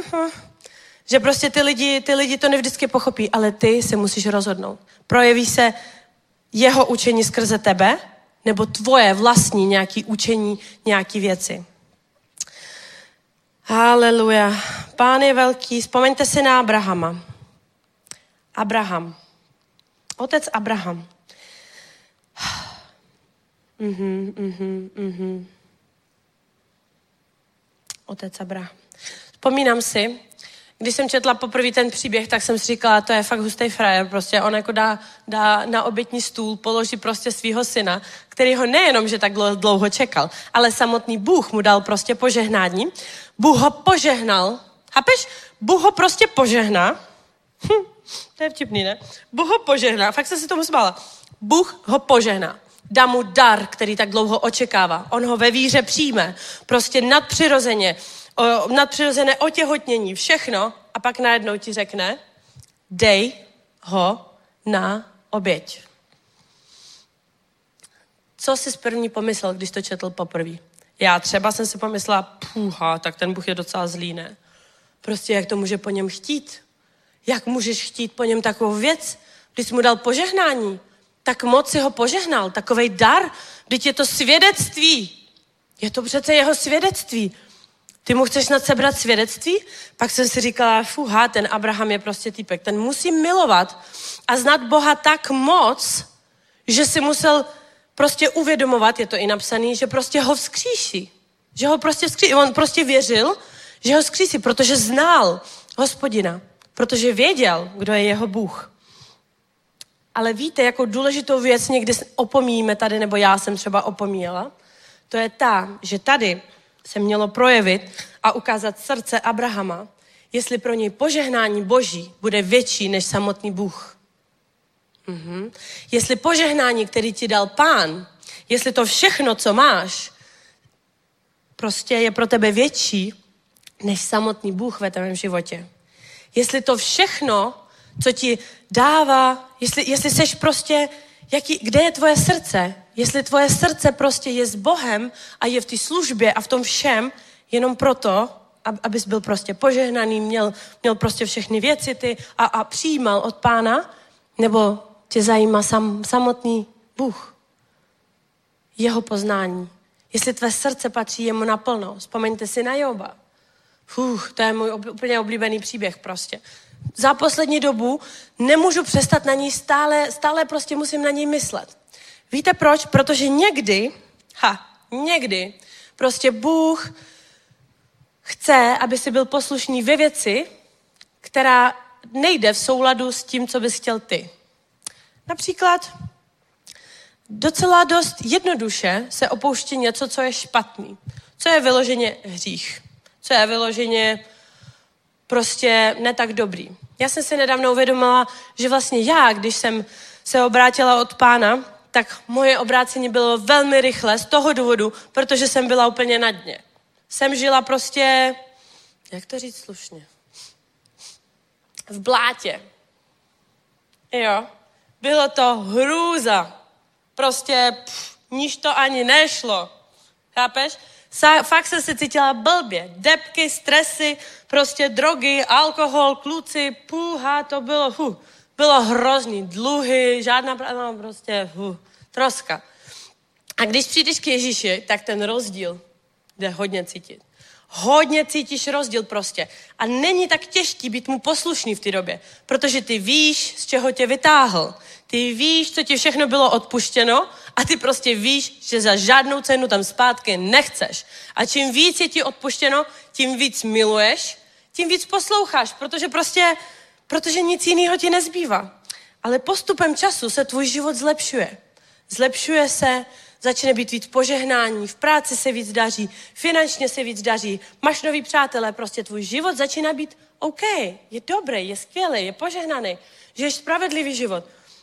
že prostě ty lidi, ty lidi to nevždycky pochopí, ale ty se musíš rozhodnout. Projeví se jeho učení skrze tebe, nebo tvoje vlastní nějaké učení, nějaké věci. Haleluja. Pán je velký. Vzpomeňte si na Abrahama. Abraham. Otec Abraham. Mhm, mhm, mhm. Otec Abraham. Vzpomínám si, když jsem četla poprvé ten příběh, tak jsem si říkala, to je fakt hustý frajer, prostě on jako dá, dá na obětní stůl, položí prostě svýho syna, který ho nejenom, že tak dlouho čekal, ale samotný Bůh mu dal prostě požehnání. Bůh ho požehnal, chápeš? Bůh ho prostě požehná. Hm, to je vtipný, ne? Bůh ho požehná, fakt jsem si tomu smála. Bůh ho požehná. Dá mu dar, který tak dlouho očekává. On ho ve víře přijme. Prostě nadpřirozeně. O, nadpřirozené otěhotnění, všechno. A pak najednou ti řekne, dej ho na oběť. Co jsi z první pomyslel, když to četl poprvé? Já třeba jsem si pomyslela, půha, tak ten Bůh je docela zlý, ne? Prostě jak to může po něm chtít? Jak můžeš chtít po něm takovou věc, když jsi mu dal požehnání? Tak moc si ho požehnal, takovej dar, vždyť je to svědectví. Je to přece jeho svědectví. Ty mu chceš nad sebrat svědectví? Pak jsem si říkala, fuha, ten Abraham je prostě týpek, ten musí milovat a znát Boha tak moc, že si musel prostě uvědomovat, je to i napsaný, že prostě ho vzkříší. Že ho prostě vzkříší. On prostě věřil, že ho vzkříší, protože znal Hospodina, protože věděl, kdo je jeho Bůh. Ale víte, jakou důležitou věc někdy opomíjíme tady, nebo já jsem třeba opomíjela? To je ta, že tady se mělo projevit a ukázat srdce Abrahama, jestli pro něj požehnání Boží bude větší než samotný Bůh. Mhm. Jestli požehnání, který ti dal Pán, jestli to všechno, co máš, prostě je pro tebe větší než samotný Bůh ve tvém životě. Jestli to všechno, co ti dává, jestli, jestli seš prostě, jaký, kde je tvoje srdce? Jestli tvoje srdce prostě je s Bohem a je v té službě a v tom všem, jenom proto, abys byl prostě požehnaný, měl, měl prostě všechny věci ty a, a přijímal od Pána, nebo tě zajímá sam, samotný Bůh, jeho poznání. Jestli tvé srdce patří jemu naplno. Vzpomeňte si na Joba. Fuh, to je můj úplně oblíbený příběh prostě. Za poslední dobu nemůžu přestat na něj stále, stále prostě musím na něj myslet. Víte proč? Protože někdy, ha, někdy prostě Bůh chce, aby si byl poslušný ve věci, která nejde v souladu s tím, co bys chtěl ty. Například docela dost jednoduše se opouští něco, co je špatný. Co je vyloženě hřích. Co je vyloženě prostě ne tak dobrý. Já jsem si nedávno uvědomila, že vlastně já, když jsem se obrátila od Pána, tak moje obrácení bylo velmi rychle z toho důvodu, protože jsem byla úplně na dně. Jsem žila prostě, jak to říct slušně, v blátě. Jo, bylo to hrůza. Prostě pff, níž to ani nešlo. Chápeš? Sa, fakt jsem se cítila blbě. Depky, stresy, prostě drogy, alkohol, kluci, půha, to bylo, hu, bylo hrozný. Dluhy, žádná, no prostě, hu, troska. A když přijdeš k Ježíši, tak ten rozdíl jde hodně cítit. Hodně cítíš rozdíl prostě. A není tak těžký být mu poslušný v té době, protože ty víš, z čeho tě vytáhl. Ty víš, co ti všechno bylo odpuštěno a ty prostě víš, že za žádnou cenu tam zpátky nechceš. A čím víc je ti odpuštěno, tím víc miluješ, tím víc posloucháš, protože prostě, protože nic jiného ti nezbývá. Ale postupem času se tvůj život zlepšuje. Zlepšuje se, začne být víc požehnání, v práci se víc daří, finančně se víc daří, máš nový přátelé, prostě tvůj život začíná být OK, je dobrý, je skvělý, je požehnaný, žiješ spravedlivý život.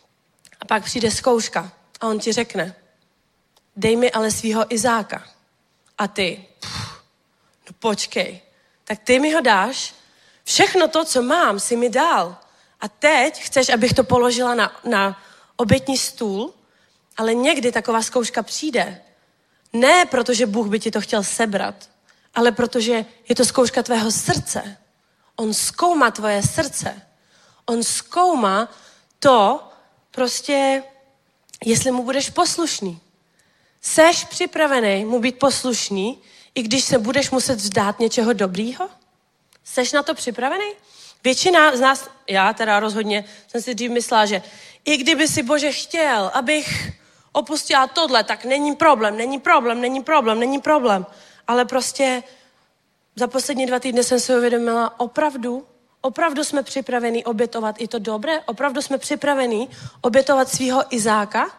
A pak přijde zkouška a on ti řekne, dej mi ale svýho Izáka. A ty, pff, no počkej, tak ty mi ho dáš, všechno to, co mám, si mi dal. A teď chceš, abych to položila na, na obětní stůl, ale někdy taková zkouška přijde. Ne protože Bůh by ti to chtěl sebrat, ale protože je to zkouška tvého srdce. On zkoumá tvoje srdce. On zkoumá to, prostě, jestli mu budeš poslušný. Seš připravený mu být poslušný, i když se budeš muset vzdát něčeho dobrýho? Seš na to připravený? Většina z nás, já teda rozhodně, jsem si dřív myslela, že i kdyby si Bože chtěl, abych opustila tohle, tak není problém, není problém, není problém, není problém. Ale prostě za poslední dva týdny jsem si uvědomila, opravdu, opravdu jsme připraveni obětovat i to dobré? Opravdu jsme připraveni obětovat svýho Izáka?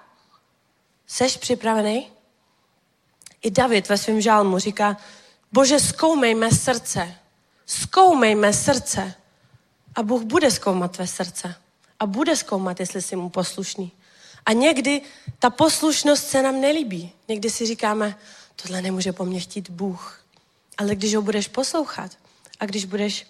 Seš připravený? I David ve svém žálmu říká, Bože, zkoumej mé srdce, zkoumej mé srdce. A Bůh bude zkoumat tvé srdce. A bude zkoumat, jestli jsi mu poslušný. A někdy ta poslušnost se nám nelíbí. Někdy si říkáme, tohle nemůže po mně chtít Bůh. Ale když ho budeš poslouchat a když budeš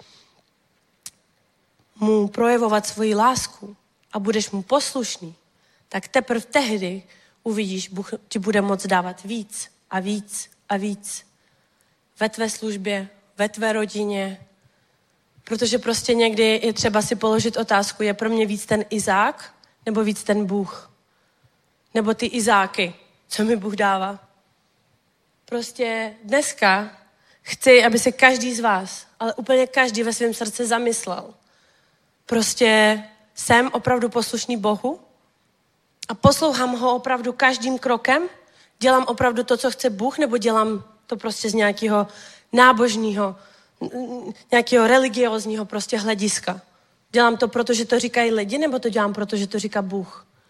mu projevovat svoji lásku a budeš mu poslušný, tak teprve tehdy uvidíš, Bůh ti bude moct dávat víc a víc a víc. Ve tvé službě, ve tvé rodině. Protože prostě někdy je třeba si položit otázku, je pro mě víc ten Izák nebo víc ten Bůh? Nebo ty Izáky, co mi Bůh dává? Prostě dneska chci, aby se každý z vás, ale úplně každý ve svém srdci zamyslel. Prostě jsem opravdu poslušný Bohu a poslouchám ho opravdu každým krokem? Dělám opravdu to, co chce Bůh, nebo dělám to prostě z nějakého nábožního, nějakého religiózního prostě hlediska? Dělám to, protože to říkají lidi, nebo to dělám, protože to říká Bůh?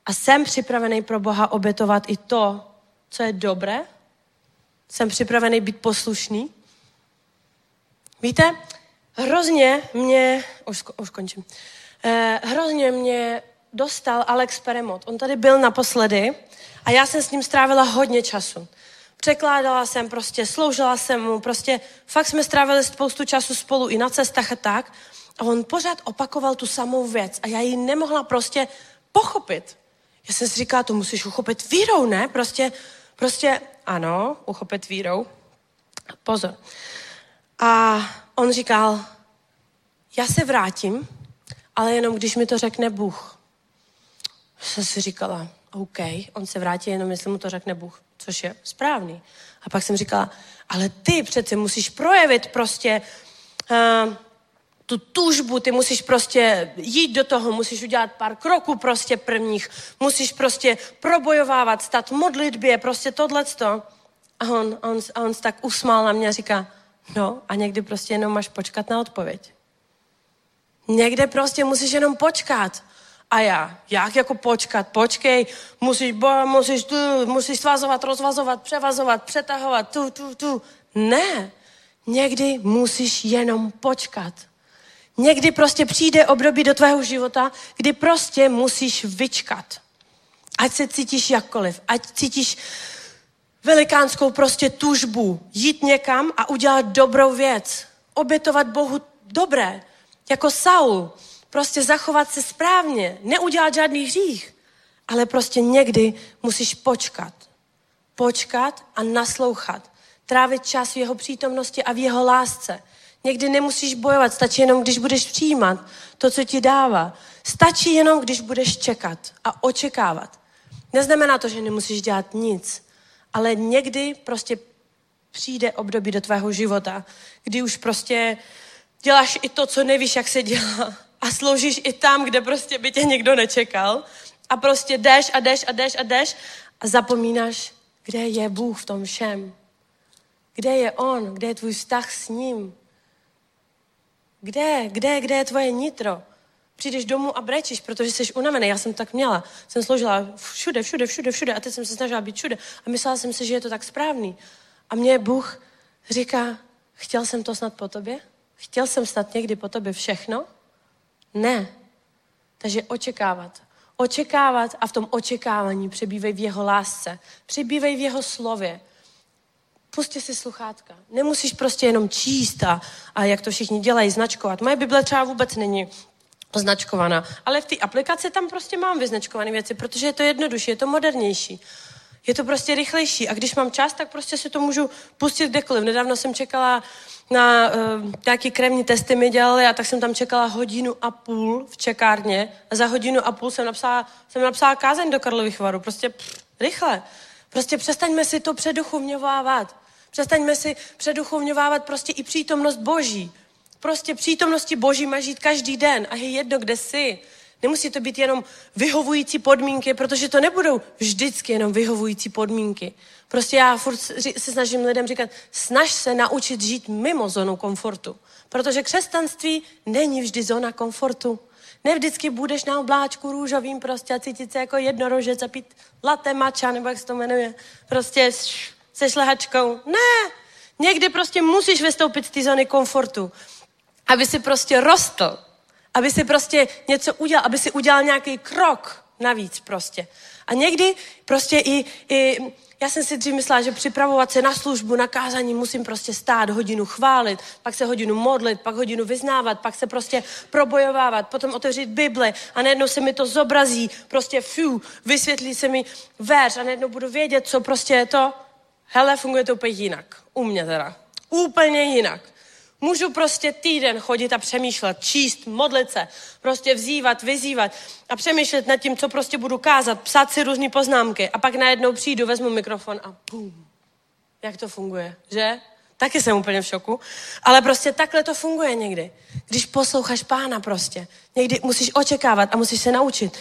A jsem připravený pro Boha obětovat i to, co je dobré? Jsem připravený být poslušný? Víte, hrozně mě, už, už končím, eh, hrozně mě dostal Alex Peremot. On tady byl naposledy a já jsem s ním strávila hodně času. Překládala jsem, prostě sloužila jsem mu, prostě fakt jsme strávili spoustu času spolu i na cestách a tak. A on pořád opakoval tu samou věc a já ji nemohla prostě pochopit. Já jsem si říkala, to musíš uchopit vírou, ne? Prostě, prostě, ano, uchopit vírou. Pozor. A on říkal, já se vrátím, ale jenom když mi to řekne Bůh. Jsem si říkala, OK, on se vrátí, jenom jestli mu to řekne Bůh, což je správný. A pak jsem říkala, ale ty přece musíš projevit prostě uh, tu tužbu, ty musíš prostě jít do toho, musíš udělat pár kroků prostě prvních, musíš prostě probojovávat, stát v modlitbě, prostě tohleto. A on, on, a on se tak usmál na mě a říká, no a někdy prostě jenom máš počkat na odpověď. Někde prostě musíš jenom počkat. A já, jak jako počkat? Počkej, musíš, bo, musíš, tu, musíš svazovat, rozvazovat, převazovat, přetahovat, tu, tu, tu. Ne, někdy musíš jenom počkat. Někdy prostě přijde období do tvého života, kdy prostě musíš vyčkat. Ať se cítíš jakkoliv, ať cítíš velikánskou prostě tužbu, jít někam a udělat dobrou věc. Obětovat Bohu dobré, jako Saul. Prostě zachovat se správně, neudělat žádný hřích, ale prostě někdy musíš počkat. Počkat a naslouchat. Trávit čas v jeho přítomnosti a v jeho lásce. Někdy nemusíš bojovat, stačí jenom, když budeš přijímat to, co ti dává. Stačí jenom, když budeš čekat a očekávat. Neznamená to, že nemusíš dělat nic, ale někdy prostě přijde období do tvého života, kdy už prostě děláš i to, co nevíš, jak se dělá. A sloužíš i tam, kde prostě by tě někdo nečekal. A prostě jdeš a jdeš a jdeš a jdeš a zapomínáš, kde je Bůh v tom všem. Kde je On, kde je tvůj vztah s ním. Kde, kde, kde je tvoje nitro? Přijdeš domů a brečíš, protože jsi unavený. Já jsem tak měla. Jsem sloužila všude, všude, všude, všude a teď jsem se snažila být všude. A myslela jsem si, že je to tak správný. A mě Bůh říká, chtěl jsem to snad po tobě? Chtěl jsem snad někdy po tobě všechno? Ne. Takže očekávat. Očekávat a v tom očekávání přebývej v jeho lásce. Přebývej v jeho slově. Pusti si sluchátka. Nemusíš prostě jenom číst a, a jak to všichni dělají, značkovat. Moje Bible třeba vůbec není označkovaná, ale v té aplikaci tam prostě mám vyznačkované věci, protože je to jednodušší, je to modernější. Je to prostě rychlejší a když mám čas, tak prostě si to můžu pustit kdekoliv. Nedávno jsem čekala na uh, nějaký krevní testy mi dělali a tak jsem tam čekala hodinu a půl v čekárně a za hodinu a půl jsem napsala, jsem napsala kázeň do Karlových Varů. Prostě pff, rychle. Prostě přestaňme si to předuchovňovávat. Přestaňme si předuchovňovávat prostě i přítomnost Boží. Prostě přítomnosti Boží má žít každý den a je jedno, kde jsi. Nemusí to být jenom vyhovující podmínky, protože to nebudou vždycky jenom vyhovující podmínky. Prostě já furt se snažím lidem říkat, snaž se naučit žít mimo zónu komfortu. Protože křesťanství není vždy zóna komfortu. Ne vždycky budeš na obláčku růžovým prostě a cítit se jako jednorožec a pít latte matcha, nebo jak se to jmenuje. Prostě se šlehačkou. Ne, někdy prostě musíš vystoupit z té zóny komfortu, aby si prostě rostl. Aby si prostě něco udělal, aby si udělal nějaký krok navíc prostě. A někdy prostě i, i já jsem si dřív myslela, že připravovat se na službu, na kázání musím prostě stát, hodinu chválit, pak se hodinu modlit, pak hodinu vyznávat, pak se prostě probojovávat, potom otevřít Bibli a najednou se mi to zobrazí, prostě fiu, vysvětlí se mi verš a najednou budu vědět, co prostě je to. Hele, funguje to úplně jinak. U mě teda. Úplně jinak. Můžu prostě týden chodit a přemýšlet, číst, modlit se, prostě vzývat, vyzývat a přemýšlet nad tím, co prostě budu kázat, psát si různý poznámky a pak najednou přijdu, vezmu mikrofon a pum. Jak to funguje, že? Taky jsem úplně v šoku, ale prostě takhle to funguje někdy. Když posloucháš Pána prostě, někdy musíš očekávat a musíš se naučit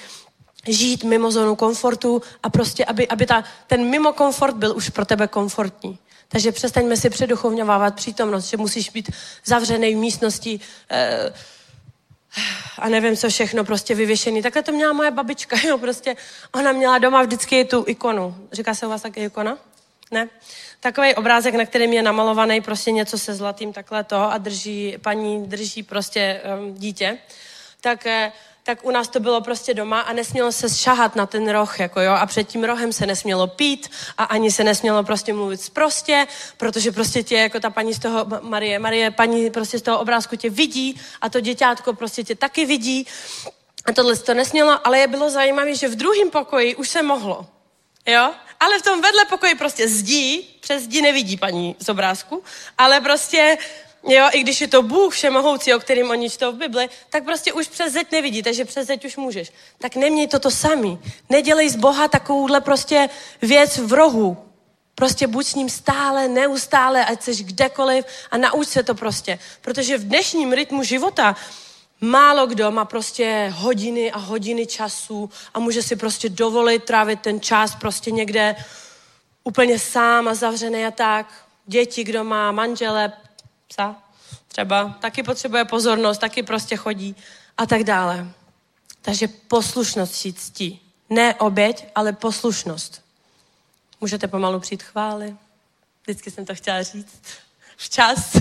žít mimo zónu komfortu a prostě, aby, aby ta, ten mimo komfort byl už pro tebe komfortní. Takže přestaňme si předuchovňovávat přítomnost, že musíš být zavřený v místnosti, eh, a nevím, co všechno prostě vyvěšený. Takhle to měla moje babička, jo, prostě ona měla doma vždycky tu ikonu. Říká se u vás taky ikona? Ne? Takový obrázek, na kterém je namalovaný prostě něco se zlatým, takhle to a drží, paní drží prostě um, dítě. Tak, tak u nás to bylo prostě doma a nesmělo se šahat na ten roh, jako jo, a před tím rohem se nesmělo pít a ani se nesmělo prostě mluvit sprostě, protože prostě tě, jako ta paní z toho, Marie, Marie, paní prostě z toho obrázku tě vidí a to děťátko prostě tě taky vidí a tohle to nesmělo, ale je bylo zajímavé, že v druhém pokoji už se mohlo, jo, ale v tom vedle pokoji prostě zdí, přes zdí nevidí paní z obrázku, ale prostě jo, i když je to Bůh všemohoucí, o kterým oni čtou v Bibli, tak prostě už přes zeď nevidí, takže přes zeď už můžeš. Tak neměj to to samý. Nedělej z Boha takovouhle prostě věc v rohu. Prostě buď s ním stále, neustále, ať seš kdekoliv a nauč se to prostě. Protože v dnešním rytmu života málo kdo má prostě hodiny a hodiny času a může si prostě dovolit trávit ten čas prostě někde úplně sám a zavřený a tak. Děti, kdo má manžele, psa třeba, taky potřebuje pozornost, taky prostě chodí a tak dále. Takže poslušnost si ctí. Ne oběť, ale poslušnost. Můžete pomalu přijít chvály. Vždycky jsem to chtěla říct. Včas.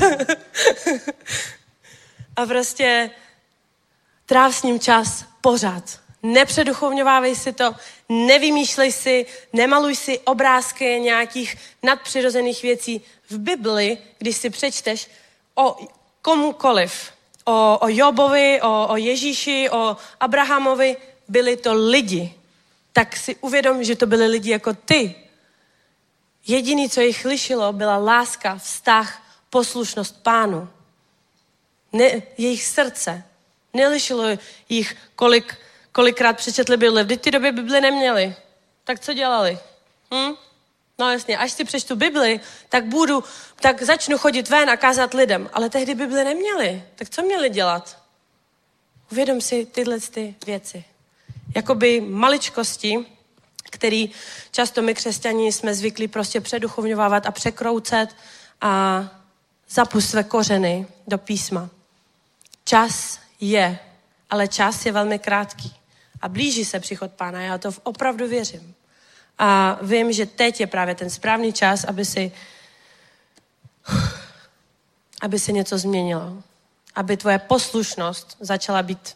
A prostě tráv s ním čas pořád. Nepředuchovňovávej si to, nevymýšlej si, nemaluj si obrázky nějakých nadpřirozených věcí. V Bibli, když si přečteš o komukoliv, o, o Jobovi, o, o Ježíši, o Abrahamovi, byli to lidi. Tak si uvědom, že to byli lidi jako ty. Jediný, co jich lišilo, byla láska, vztah, poslušnost Pánu. Ne, jejich srdce. Nelišilo jich, kolik, kolikrát přečetli Bibli. V té době Bibli neměli. Tak co dělali? Hm? No jasně, až si přečtu Bibli, tak budu, tak začnu chodit ven a kázat lidem. Ale tehdy Bibli neměli. Tak co měli dělat? Uvědom si tyhle ty věci. Jakoby maličkosti, který často my křesťaní jsme zvyklí prostě předuchovňovávat a překroucet a zapust své kořeny do písma. Čas je, ale čas je velmi krátký. A blíží se příchod Pána, já to opravdu věřím. A vím, že teď je právě ten správný čas, aby si, aby se něco změnilo. Aby tvoje poslušnost začala být.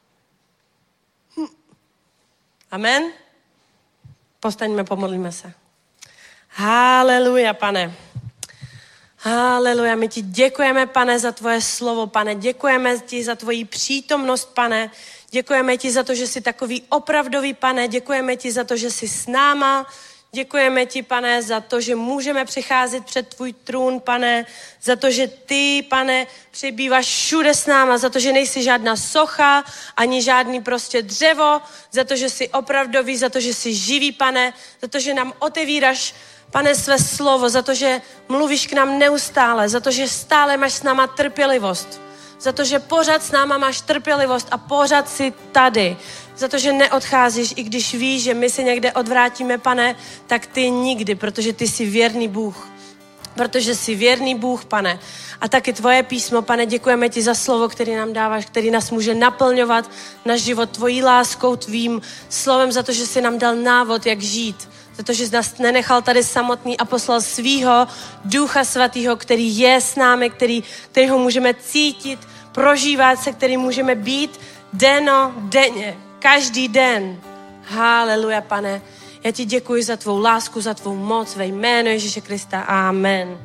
Amen? Povstaňme, pomodlíme se. Haleluja, Pane. Haleluja, my ti děkujeme, Pane, za tvoje slovo, Pane. Děkujeme ti za tvoji přítomnost, Pane. Děkujeme ti za to, že jsi takový opravdový, Pane. Děkujeme ti za to, že jsi s náma. Děkujeme ti, Pane, za to, že můžeme přicházet před tvůj trůn, Pane. Za to, že ty, Pane, přibýváš všude s náma. Za to, že nejsi žádná socha, ani žádný prostě dřevo. Za to, že jsi opravdový, za to, že jsi živý, Pane. Za to, že nám otevíráš, Pane, své slovo. Za to, že mluvíš k nám neustále. Za to, že stále máš s náma trpělivost. Za to, že pořád s náma máš trpělivost a pořád jsi tady. Za to, že neodcházíš, i když víš, že my se někde odvrátíme, Pane, tak ty nikdy, protože ty jsi věrný Bůh. Protože jsi věrný Bůh, Pane. A taky tvoje písmo, Pane, děkujeme ti za slovo, který nám dáváš, který nás může naplňovat na život tvojí láskou, tvým slovem, za to, že jsi nám dal návod, jak žít. Za to, že jsi nás nenechal tady samotný a poslal svýho Ducha Svatého, který je s námi, který, kterýho můžeme cítit, prožívat se, který můžeme být deno, denně, každý den. Haleluja, Pane. Já ti děkuji za tvou lásku, za tvou moc ve jménu Ježíše Krista. Amen.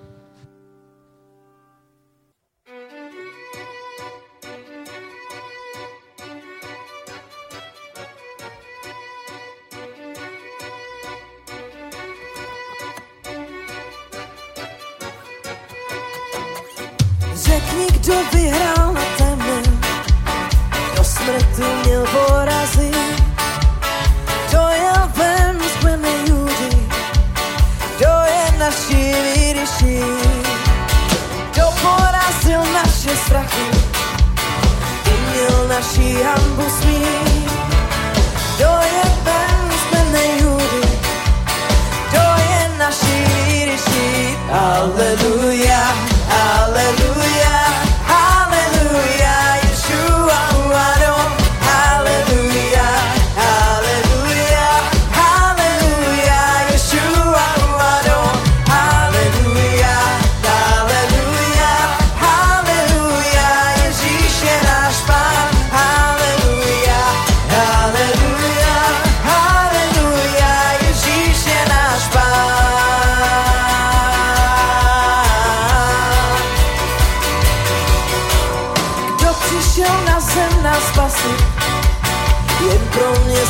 Řekni, kdo vyhrál na tebe, kdo smrtu měl porazit, kdo jel ven z plné Judy, kdo je naší výryší, kdo porazil naše strachy, uměl naší hanbu smít, kdo je ven z plné Judy, kdo je naší výryší. Aleluja. Hallelujah, hallelujah, Yeshua,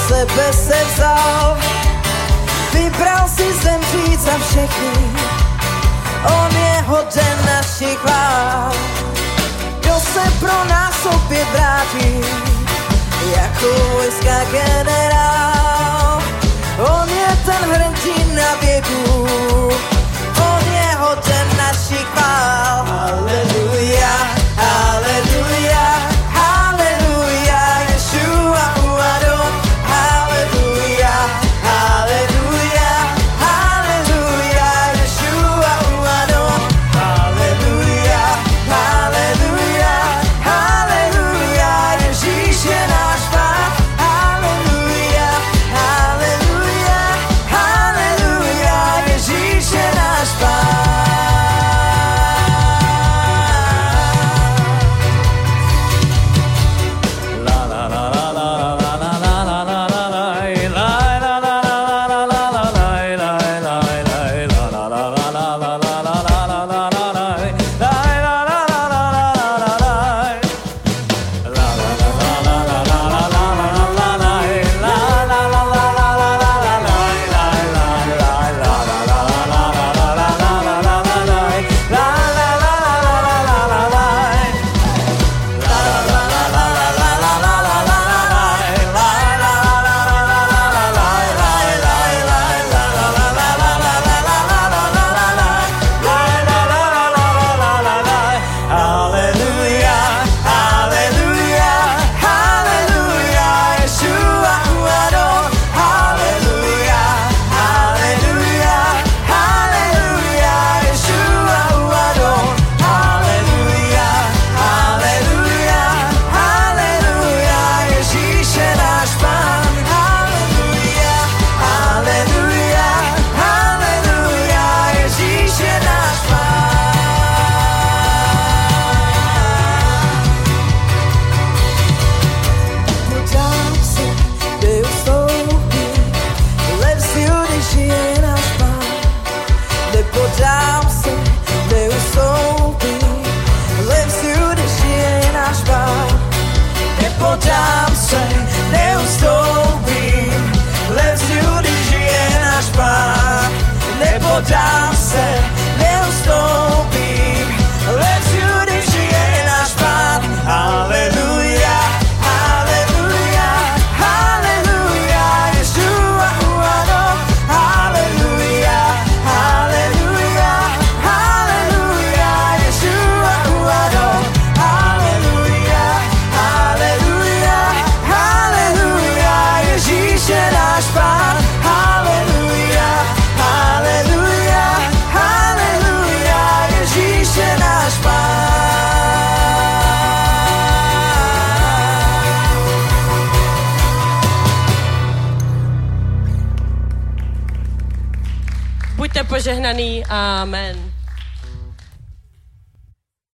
sebe se vzal, vybral si zemřít za všechny, on je hoden našich chvál. Kdo se pro nás opět vrátí, jako vojska generál, on je ten hrdina věku, on je hoden našich chvál. Haleluja, haleluja, haleluja, Ješua uadon, haleluja, haleluja, haleluja, Ješua uadon, haleluja, haleluja, haleluja, Ježíš je náš Pán, haleluja, haleluja, haleluja, Ježíš je náš Pán. Nepodám se, neustoupím, len všude žije náš Pán. Nepodám se, neustoupím, len všude žije náš Pán. Haleluja, haleluja, haleluja, Ješua uadon, haleluja, haleluja, haleluja, Ješua uadon, haleluja, haleluja, haleluja, Ježíš je náš Pán, haleluja, haleluja, haleluja, Ježíš je náš Pán. Buďte požehnaný, amen.